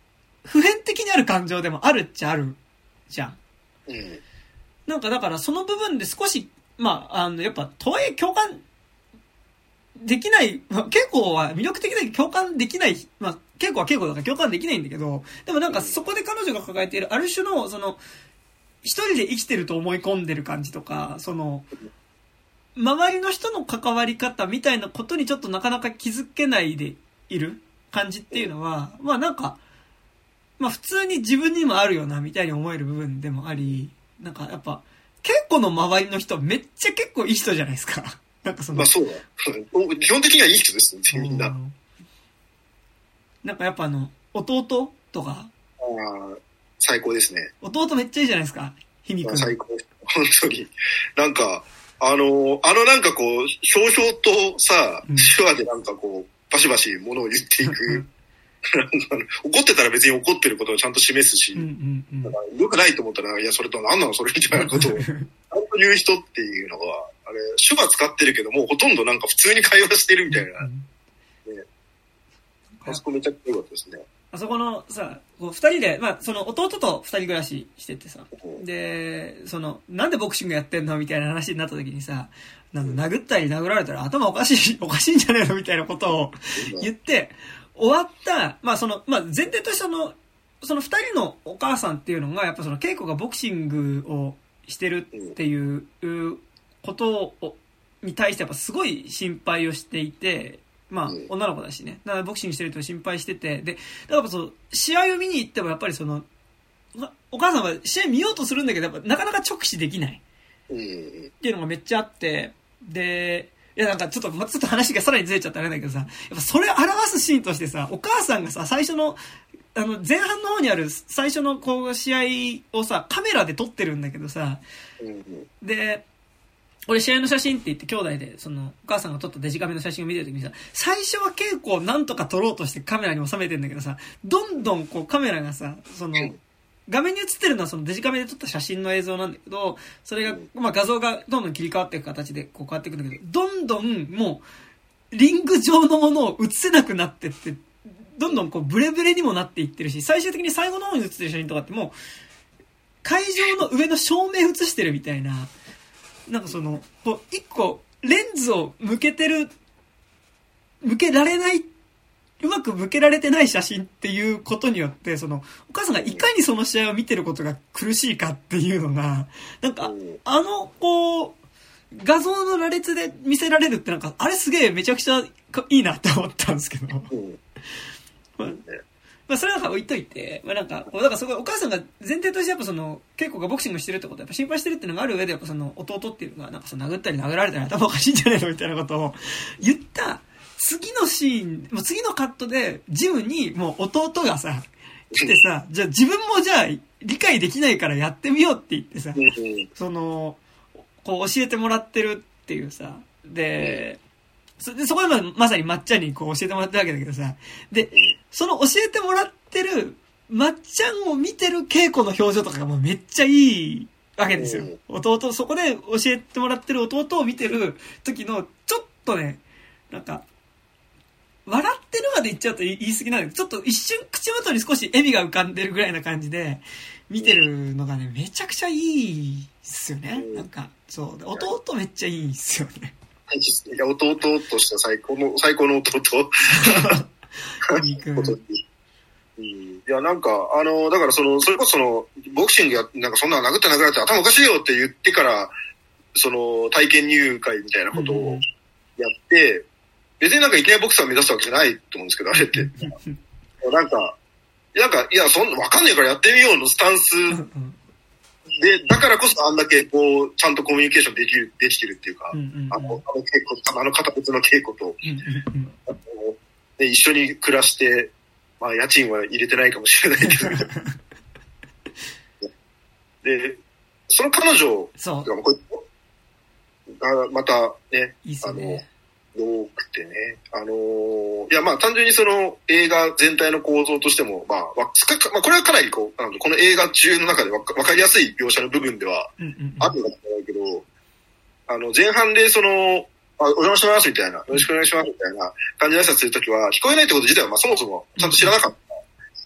ある感情でもあるっちゃあるじゃん。 うん。 なんかだからその部分で少し、まあ、あの、やっぱ、とはいえ共感できない、まあ、稽古は魅力的だけど共感できない、まあ、稽古は稽古だから共感できないんだけど、でもなんかそこで彼女が抱えているある種の、その、一人で生きてると思い込んでる感じとか、その、周りの人の関わり方みたいなことにちょっとなかなか気づけないでいる感じっていうのは、まあなんか、まあ普通に自分にもあるよな、みたいに思える部分でもあり、なんかやっぱ、稽古の周りの人めっちゃ結構いい人じゃないですか。なんかその。 まあそうだ。基本的にはいい人ですね、みんな。 なんかやっぱあの、弟とか。 ああ、最高ですね。 弟めっちゃいいじゃないですか、ひみくん。 最高。本当に。なんか、あの、あのなんかこう、ひょうひょうとさ、うん、手話でなんかこう、バシバシ物を言っていく。怒ってたら別に怒ってることをちゃんと示すし、うんうんうん、だから良くないと思ったら、いや、それと何なのそれみたいなことを、ちゃんと言う人っていうのは、あれ、手話使ってるけど、もうほとんどなんか普通に会話してるみたいな。うんね、あそこめちゃくちゃ良かったですね。 あそこのさ、こう二人で、まあ、その弟と二人暮らししててさ、うん、で、その、なんでボクシングやってんのみたいな話になった時にさ、なんか殴ったり殴られたら頭おかしい、おかしいんじゃねえのみたいなことを言って、終わった、まあその、まあ前提としてその、その二人のお母さんっていうのが、やっぱその稽古がボクシングをしてるっていうことを、に対してやっぱすごい心配をしていて、まあ女の子だしね。だからボクシングしてる人を心配してて、で、だからその、試合を見に行ってもやっぱりその、お母さんは試合見ようとするんだけど、やっぱなかなか直視できないっていうのがめっちゃあって、で、いやなんかちょっと、ま、ちょっと話がさらにずれちゃったあれだけどさ、やっぱそれを表すシーンとしてさ、お母さんがさ、最初の、あの、前半の方にある最初のこう、試合をさ、カメラで撮ってるんだけどさ、で、俺試合の写真って言って兄弟で、その、お母さんが撮ったデジカメの写真を見てるときにさ、最初は稽古をなんとか撮ろうとしてカメラに収めてんだけどさ、どんどんこうカメラがさ、その、画面に映ってるのはそのデジカメで撮った写真の映像なんだけど、それが、まあ画像がどんどん切り替わっていく形でこう変わっていくんだけど、どんどんもう、リング上のものを映せなくなってって、どんどんこうブレブレにもなっていってるし、最終的に最後の方に映ってる写真とかってもう、会場の上の照明映してるみたいな、なんかその、こう一個レンズを向けてる、向けられない、うまく向けられてない写真っていうことによって、その、お母さんがいかにその試合を見てることが苦しいかっていうのが、なんか、あの、こう、画像の羅列で見せられるってなんか、あれすげえめちゃくちゃいいなって思ったんですけど。まあ、まあ、それなんか置いといて、まあなんか、だからすごいお母さんが前提としてやっぱその、稽古がボクシングしてるってことはやっぱ心配してるっていうのがある上で、やっぱその弟っていうのが、なんかその殴ったり殴られたり頭おかしいんじゃねえのみたいなことを言った、次のシーン、もう次のカットで、ジムにもう弟がさ、来てさ、じゃあ自分もじゃあ理解できないからやってみようって言ってさ、その、こう教えてもらってるっていうさ、で、そ, でそこでまさにまっちゃんにこう教えてもらってるわけだけどさ、で、その教えてもらってるまっちゃんを見てる稽古の表情とかがもうめっちゃいいわけですよ。弟、そこで教えてもらってる弟を見てる時の、ちょっとね、なんか、笑ってるまで言っちゃうと言い過ぎなんだけど、ちょっと一瞬口元に少し笑みが浮かんでるぐらいな感じで、見てるのがね、めちゃくちゃいいっすよね。なんか、そう。弟めっちゃいいっすよね。 いや、弟としては最高の、最高の弟。うん、いや、なんか、あの、だからその、それこそその、ボクシングや、なんかそんな殴って殴られて頭おかしいよって言ってから、その、体験入会みたいなことをやって、うん、別になんかいきなりボクサーを目指すわけじゃないと思うんですけど、あれって。なんか、なんか、いや、そんな、わかんないからやってみようのスタンスで、だからこそあんだけ、こう、ちゃんとコミュニケーションできる、できてるっていうか、あの、あの稽古、あの片別の稽古と、で、一緒に暮らして、まあ、家賃は入れてないかもしれないけど、で、その彼女が、またね、 いいっすね。 多くてね。あのー、いや、まあ、単純にその映画全体の構造としても、まあ、まあ、これはかなりこう、この映画中の中でわか、わかりやすい描写の部分ではあるんだけど、あの、前半でその、あ、お邪魔しますみたいな、よろしくお願いしますみたいな感じで挨拶するときは、聞こえないってこと自体は、まあ、そもそもちゃんと知らなかった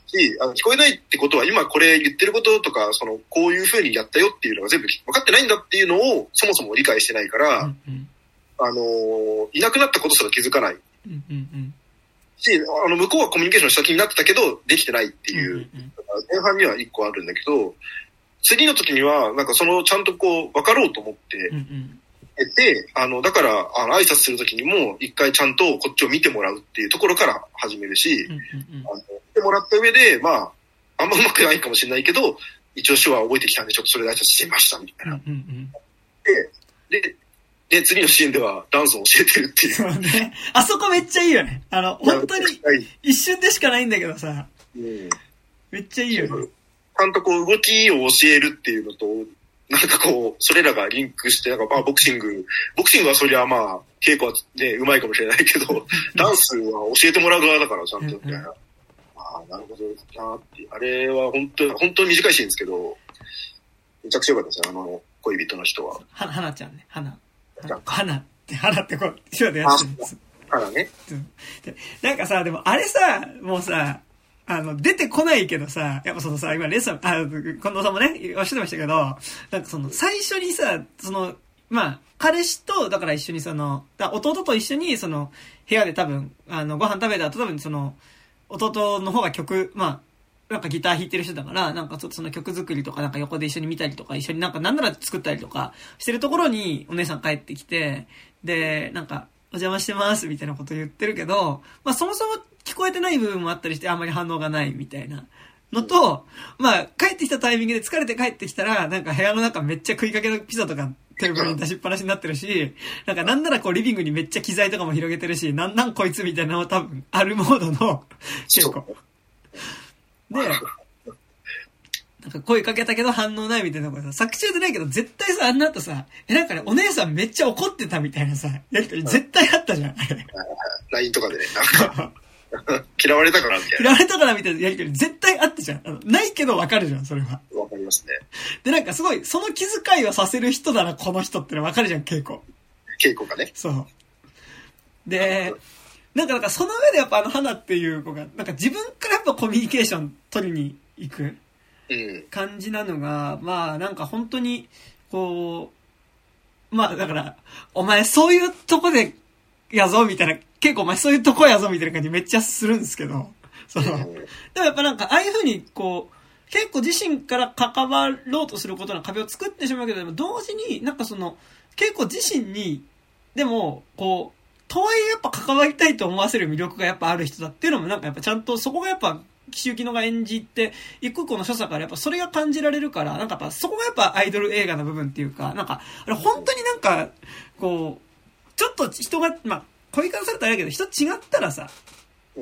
し、あの聞こえないってことは今これ言ってることとか、そのこういう風にやったよっていうのが全部分かってないんだっていうのをそもそも理解してないから、うんうん、あのいなくなったことすら気づかない、うんうんうん、し、あの向こうはコミュニケーションした気になってたけどできてないっていう、うんうんうん、前半にはいっこあるんだけど、次の時にはなんかそのちゃんとこう分かろうと思って、うんうんで、あの、だから、あの、挨拶するときにも、一回ちゃんとこっちを見てもらうっていうところから始めるし、うんうんうん、あの見てもらった上で、まあ、あんま上手くないかもしれないけど、一応手話覚えてきたんで、ちょっとそれで挨拶してみました、みたいな。うんうんうん、で、で、で、次のシーンではダンスを教えてるっていう。 そうね。あそこめっちゃいいよね。あの、本当に、一瞬でしかないんだけどさ、うん、めっちゃいいよね。 ちゃんとこう、動きを教えるっていうのと、なんかこう、それらがリンクして、なんかまあボクシング、ボクシングはそりゃまあ、稽古はね、うまいかもしれないけど、ダンスは教えてもらう側だから、ちゃんと、みたいな。ああ、なるほどなって。あれは本当に、本当に短いシーンですけど、めちゃくちゃ良かったですね、あの、恋人の人は。 は、はなちゃんね、はな。はなって、はなってこう、手話でやってるんです。 はなね。 なんかさ、でもあれさ、もうさ、あの、出てこないけどさ、やっぱそのさ、今レッスン、あ、近藤さんもね、おっしゃってましたけど、なんかその、最初にさ、その、まあ、彼氏と、だから一緒にその、弟と一緒に、その、部屋で多分、あの、ご飯食べた後多分その、弟の方が曲、まあ、なんかギター弾いてる人だから、なんかちょっとその曲作りとかなんか横で一緒に見たりとか、一緒になんかなんなら作ったりとかしてるところにお姉さん帰ってきて、で、なんか、お邪魔してますみたいなこと言ってるけど、まあそもそも聞こえてない部分もあったりしてあんまり反応がないみたいなのと、まあ帰ってきたタイミングで疲れて帰ってきたら、なんか部屋の中めっちゃ食いかけのピザとかテーブルに出しっぱなしになってるし、なんかなんならこうリビングにめっちゃ機材とかも広げてるし、なんなんこいつみたいなのは多分あるモードの結構。で、なんか声かけたけど反応ないみたいなことさ、作中でないけど絶対さ、あんな後さ、え、なんかね、お姉さんめっちゃ怒ってたみたいなさ、やりとり絶対あったじゃん、あれ。 ライン とかでね、なんか、嫌われたからみたいな。 嫌われたからみたいなやりとり絶対あったじゃん。あのないけどわかるじゃん、それは。 わかりますね。 で、なんかすごい、その気遣いをさせる人だな、この人ってのわかるじゃん、稽古。 稽古がね。 そう。で、なんか、なんかその上でやっぱあの花っていう子が、なんか自分からやっぱコミュニケーション取りに行く感じなのが、うん、まあなんか本当に、こう、まあだから、お前そういうとこでやぞみたいな、結構お前そういうとこやぞみたいな感じめっちゃするんですけど、その、うん、でもやっぱなんかああいう風にこう、結構自身から関わろうとすることの壁を作ってしまうけど、でも同時になんかその、結構自身に、でも、こう、とはいえやっぱ関わりたいと思わせる魅力がやっぱある人だっていうのもなんかやっぱちゃんとそこがやっぱ岸由紀乃が演じて一個一個の所作からやっぱそれが感じられるからなんかやっぱそこがやっぱアイドル映画の部分っていうかなんかあれ本当になんかこうちょっと人がまあ恋からされたらあれだけど人違ったらさ、うん、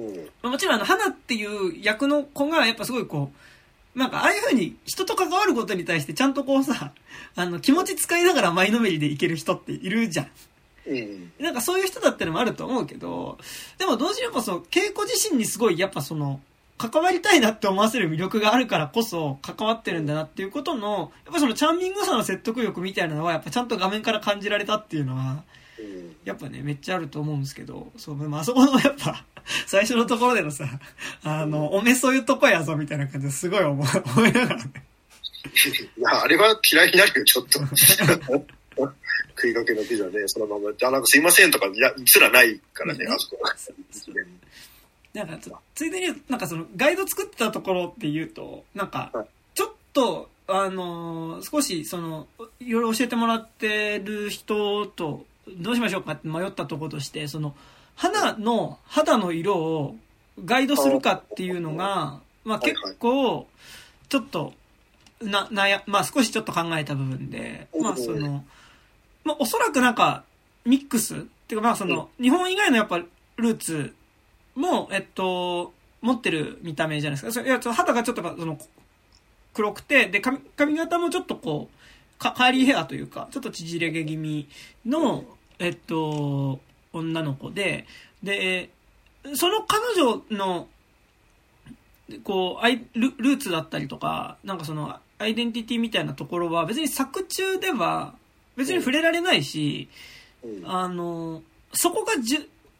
もちろんあの花っていう役の子がやっぱすごいこうなんかああいう風に人と関わることに対してちゃんとこうさあの気持ち使いながら前のめりでいける人っているじゃん。うん、なんかそういう人だったのもあると思うけど、でも同時にやっぱその、稽古自身にすごいやっぱその、関わりたいなって思わせる魅力があるからこそ関わってるんだなっていうことの、やっぱそのチャーミングさの説得力みたいなのはやっぱちゃんと画面から感じられたっていうのは、やっぱね、めっちゃあると思うんですけど、そう、でもあそこのやっぱ、最初のところでのさ、あの、おめそういうとこやぞみたいな感じですごい思い、思いながらね。 いや、あれは嫌いになるよ、ちょっと。食いかけのピザで、そのまま、あ、なんかすいませんとかすらないからね、あそこは。 なんか、ついでに、なんかその、ガイド作ってたところっていうと、なんか、ちょっと、あのー、少し、その、いろいろ教えてもらってる人と、どうしましょうかって迷ったところとして、その、肌の、肌の色をガイドするかっていうのが、まあ結構、ちょっと、な、なや、まあ少しちょっと考えた部分で、まあその、まあ、おそらくなんか、ミックスっていうか、まあその、日本以外のやっぱルーツも、えっと、持ってる見た目じゃないですか。いや、肌がちょっとその、黒くて、で、髪、髪型もちょっとこう、カーリーヘアというか、ちょっと縮れ毛気味の、えっと、女の子で、で、その彼女の、こう、アイル、ルーツだったりとか、なんかその、アイデンティティみたいなところは、別に作中では、別に触れられないし、うん、あの、そこがじゅ、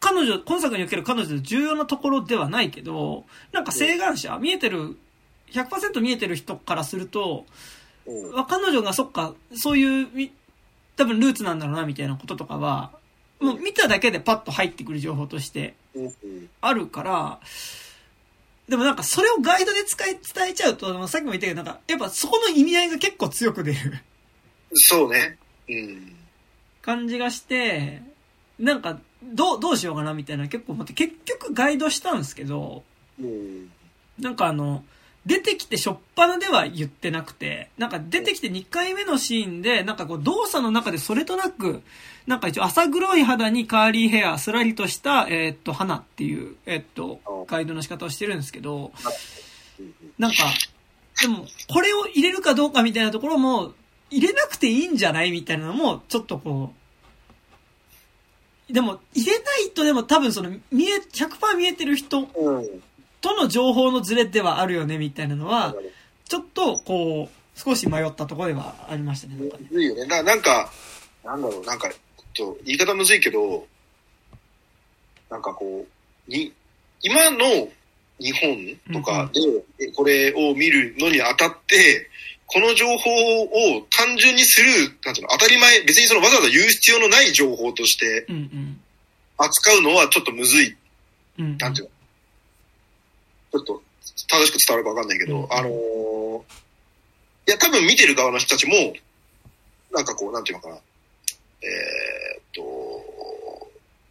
彼女、今作における彼女の重要なところではないけど、なんか晴眼者、見えてる、ひゃくパーセント 見えてる人からすると、うん、彼女がそっか、そういう、多分ルーツなんだろうな、みたいなこととかは、もう見ただけでパッと入ってくる情報としてあるから、でもなんかそれをガイドで使い、伝えちゃうと、さっきも言ったけど、なんかやっぱそこの意味合いが結構強く出る。 そうね。うん。 感じがして、なんか、どう、どうしようかなみたいな結構思って、結局ガイドしたんですけど、 うん、 なんかあの、出てきて初っ端では言ってなくて、なんか出てきてにかいめのシーンで、なんかこう動作の中でそれとなく、なんか一応浅黒い肌にカーリーヘア、すらりとした、えー、っと、花っていう、えー、っと、ガイドの仕方をしてるんですけど、なんか、でも、これを入れるかどうかみたいなところも、入れなくていいんじゃないみたいなのも、ちょっとこう、でも、入れないとでも多分その、見え、ひゃくパーセント 見えてる人、うんとの情報のズレではあるよねみたいなのはちょっとこう少し迷ったところではありましたね。なんかね。 むずいよね。な、なんかなんだろうなんかちょっと言い方むずいけどなんかこうに今の日本とかでこれを見るのにあたってこの情報を単純にするなんていうの当たり前別にそのわざわざ言う必要のない情報として扱うのはちょっとむずい。 うんうん、 なんていうのちょっと正しく伝わるかわかんないけど、うん、あのー、いや多分見てる側の人たちもなんかこうなんていうのかなえー、っと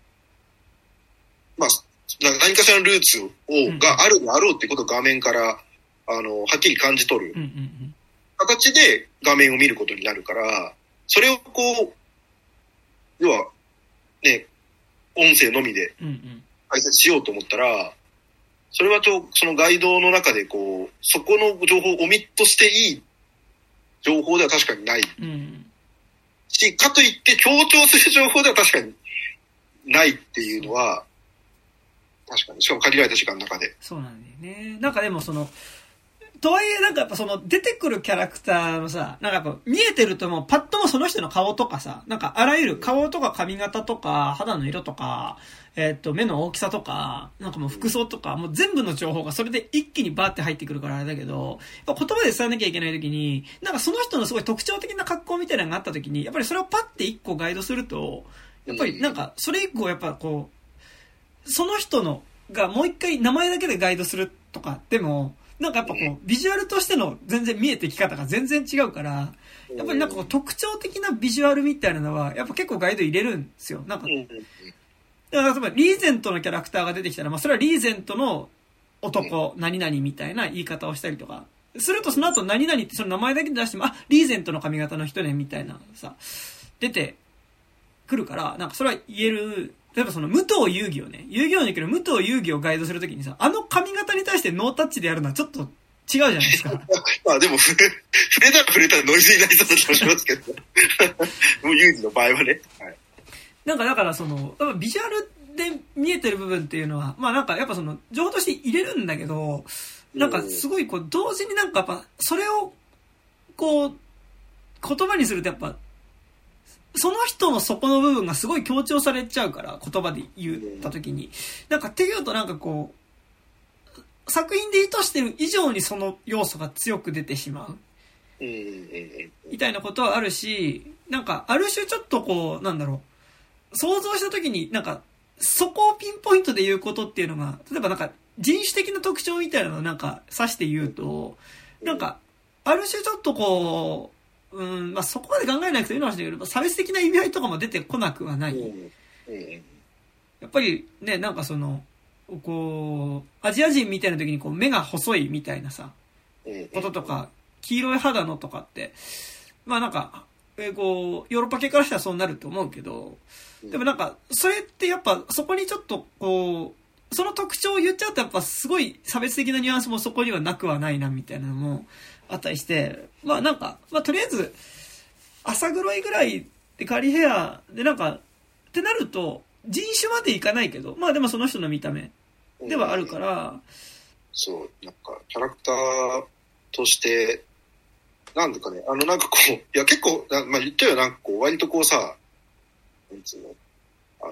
まあ何かしらのルーツを、うん、があるであろうっていうことを画面からあのはっきり感じ取る形で画面を見ることになるからそれをこう要はね音声のみで解説しようと思ったらそれはちょ、そのガイドの中でこう、そこの情報をオミットしていい情報では確かにない。 うん、 し、かといって強調する情報では確かにないっていうのは、確かに。しかも限られた時間の中で。 そうなんだよね。なんかでもその、とはいえなんかやっぱその出てくるキャラクターのさ、なんかやっぱ見えてるともうパッともその人の顔とかさ、なんかあらゆる顔とか髪型とか肌の色とか、えー、っと目の大きさとか、なんかもう服装とか、もう全部の情報がそれで一気にバーって入ってくるからあれだけど、やっぱ言葉で伝えなきゃいけない時に、なんかその人のすごい特徴的な格好みたいなのがあった時に、やっぱりそれをパッて一個ガイドすると、やっぱりなんかそれ以降やっぱこう、その人のがもう一回名前だけでガイドするとかでも、なんかやっぱこう、ビジュアルとしての全然見えてき方が全然違うから、やっぱりなんかこう特徴的なビジュアルみたいなのは、やっぱ結構ガイド入れるんですよ。なんか、だから例えばリーゼントのキャラクターが出てきたら、まあそれはリーゼントの男、何々みたいな言い方をしたりとか、するとその後何々ってその名前だけで出しても、あ、リーゼントの髪型の人ね、みたいなさ、出てくるから、なんかそれは言える。例えばその武藤遊戯をね、遊戯王における武藤遊戯をガイドするときにさ、あの髪型に対してノータッチでやるのはちょっと違うじゃないですか。 まあでも触れ、触れたら触れたらノイズになりそうな気もしますけど。もう遊戯の場合はね。はい、 なんかだからその、多分ビジュアルで見えてる部分っていうのは、まあなんかやっぱその情報として入れるんだけど、なんかすごいこう同時になんかやっぱそれをこう言葉にするとやっぱその人の底の部分がすごい強調されちゃうから言葉で言った時になんかっていうとなんかこう作品で意図してる以上にその要素が強く出てしまうみたいなことはあるしなんかある種ちょっとこうなんだろう想像した時になんかそこをピンポイントで言うことっていうのが例えばなんか人種的な特徴みたいなのをなんか指して言うとなんかある種ちょっとこううん、まあそこまで考えなくていいのかもしれないけど、差別的な意味合いとかも出てこなくはない。やっぱりね、なんかその、こう、アジア人みたいな時にこう目が細いみたいなさ、こととか、黄色い肌のとかって、まあなんか、えー、こう、ヨーロッパ系からしたらそうなると思うけど、でもなんか、それってやっぱそこにちょっとこう、その特徴を言っちゃうとやっぱすごい差別的なニュアンスもそこにはなくはないなみたいなのも、あったりして、まあなんか、まあとりあえず、朝黒いぐらいでカーリーヘアでなんか、ってなると、人種までいかないけど、まあでもその人の見た目ではあるから、うん、 そう、なんか、キャラクターとして、なんだかね、あのなんかこう、いや結構、まあ言ったよなんかこう、割とこうさ、なんつうの、あの、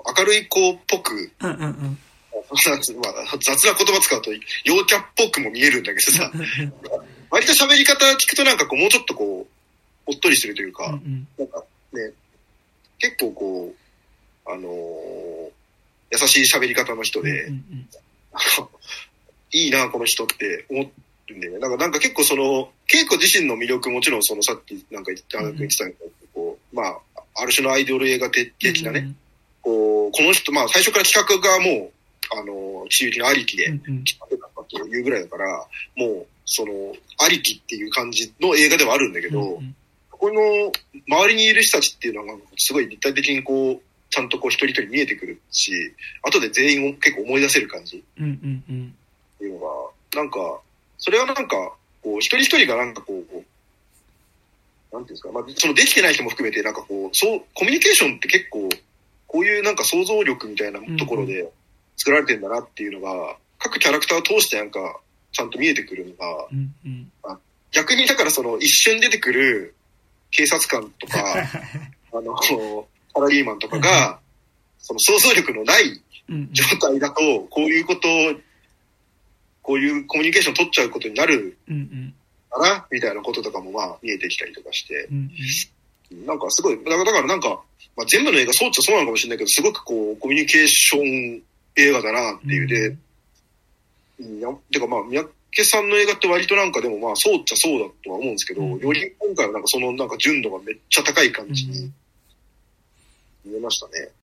明るい子っぽく、 うんうんうん。 まあ、雑な言葉使うと陽キャっぽくも見えるんだけどさ、割と喋り方聞くとなんかこうもうちょっとこうおっとりしてるというか、 うんうん、 なんかね、結構こうあのー、優しい喋り方の人で、うんうんうん、いいなこの人って思るんでね。なんかなんか結構その稽古自身の魅力もちろんそのさっきなんか言った言ってたようにこうまあある種のアイドル映画的なね、うんうん、こうこの人まあ最初から企画がもうあの、岸由紀のありきで決まってたというぐらいだから、うんうん、もう、その、ありきっていう感じの映画ではあるんだけど、うんうん、この周りにいる人たちっていうのは、すごい立体的にこう、ちゃんとこう一人一人見えてくるし、後で全員を結構思い出せる感じっていうのが、なんか、それはなんか、こう、一人一人がなんかこう、なんていうんですか、まあ、そのできてない人も含めて、なんかこう、そう、コミュニケーションって結構、こういうなんか想像力みたいなところで、うんうん作られてんだなっていうのが各キャラクターを通してなんかちゃんと見えてくるのが、うんうん、逆にだからその一瞬出てくる警察官とかあのサラリーマンとかがその想像力のない状態だとこういうことをこういうコミュニケーション取っちゃうことになるかなみたいなこととかもまあ見えてきたりとかして、うんうん、なんかすごいだからだからなんか、まあ、全部の映画そうっちゃそうなのかもしれないけどすごくこうコミュニケーション映画だなっていうで、うん、いやてかまあ三宅さんの映画って割となんかでもまあそうっちゃそうだとは思うんですけど、うん、より今回はなんかそのなんか純度がめっちゃ高い感じに見えましたね。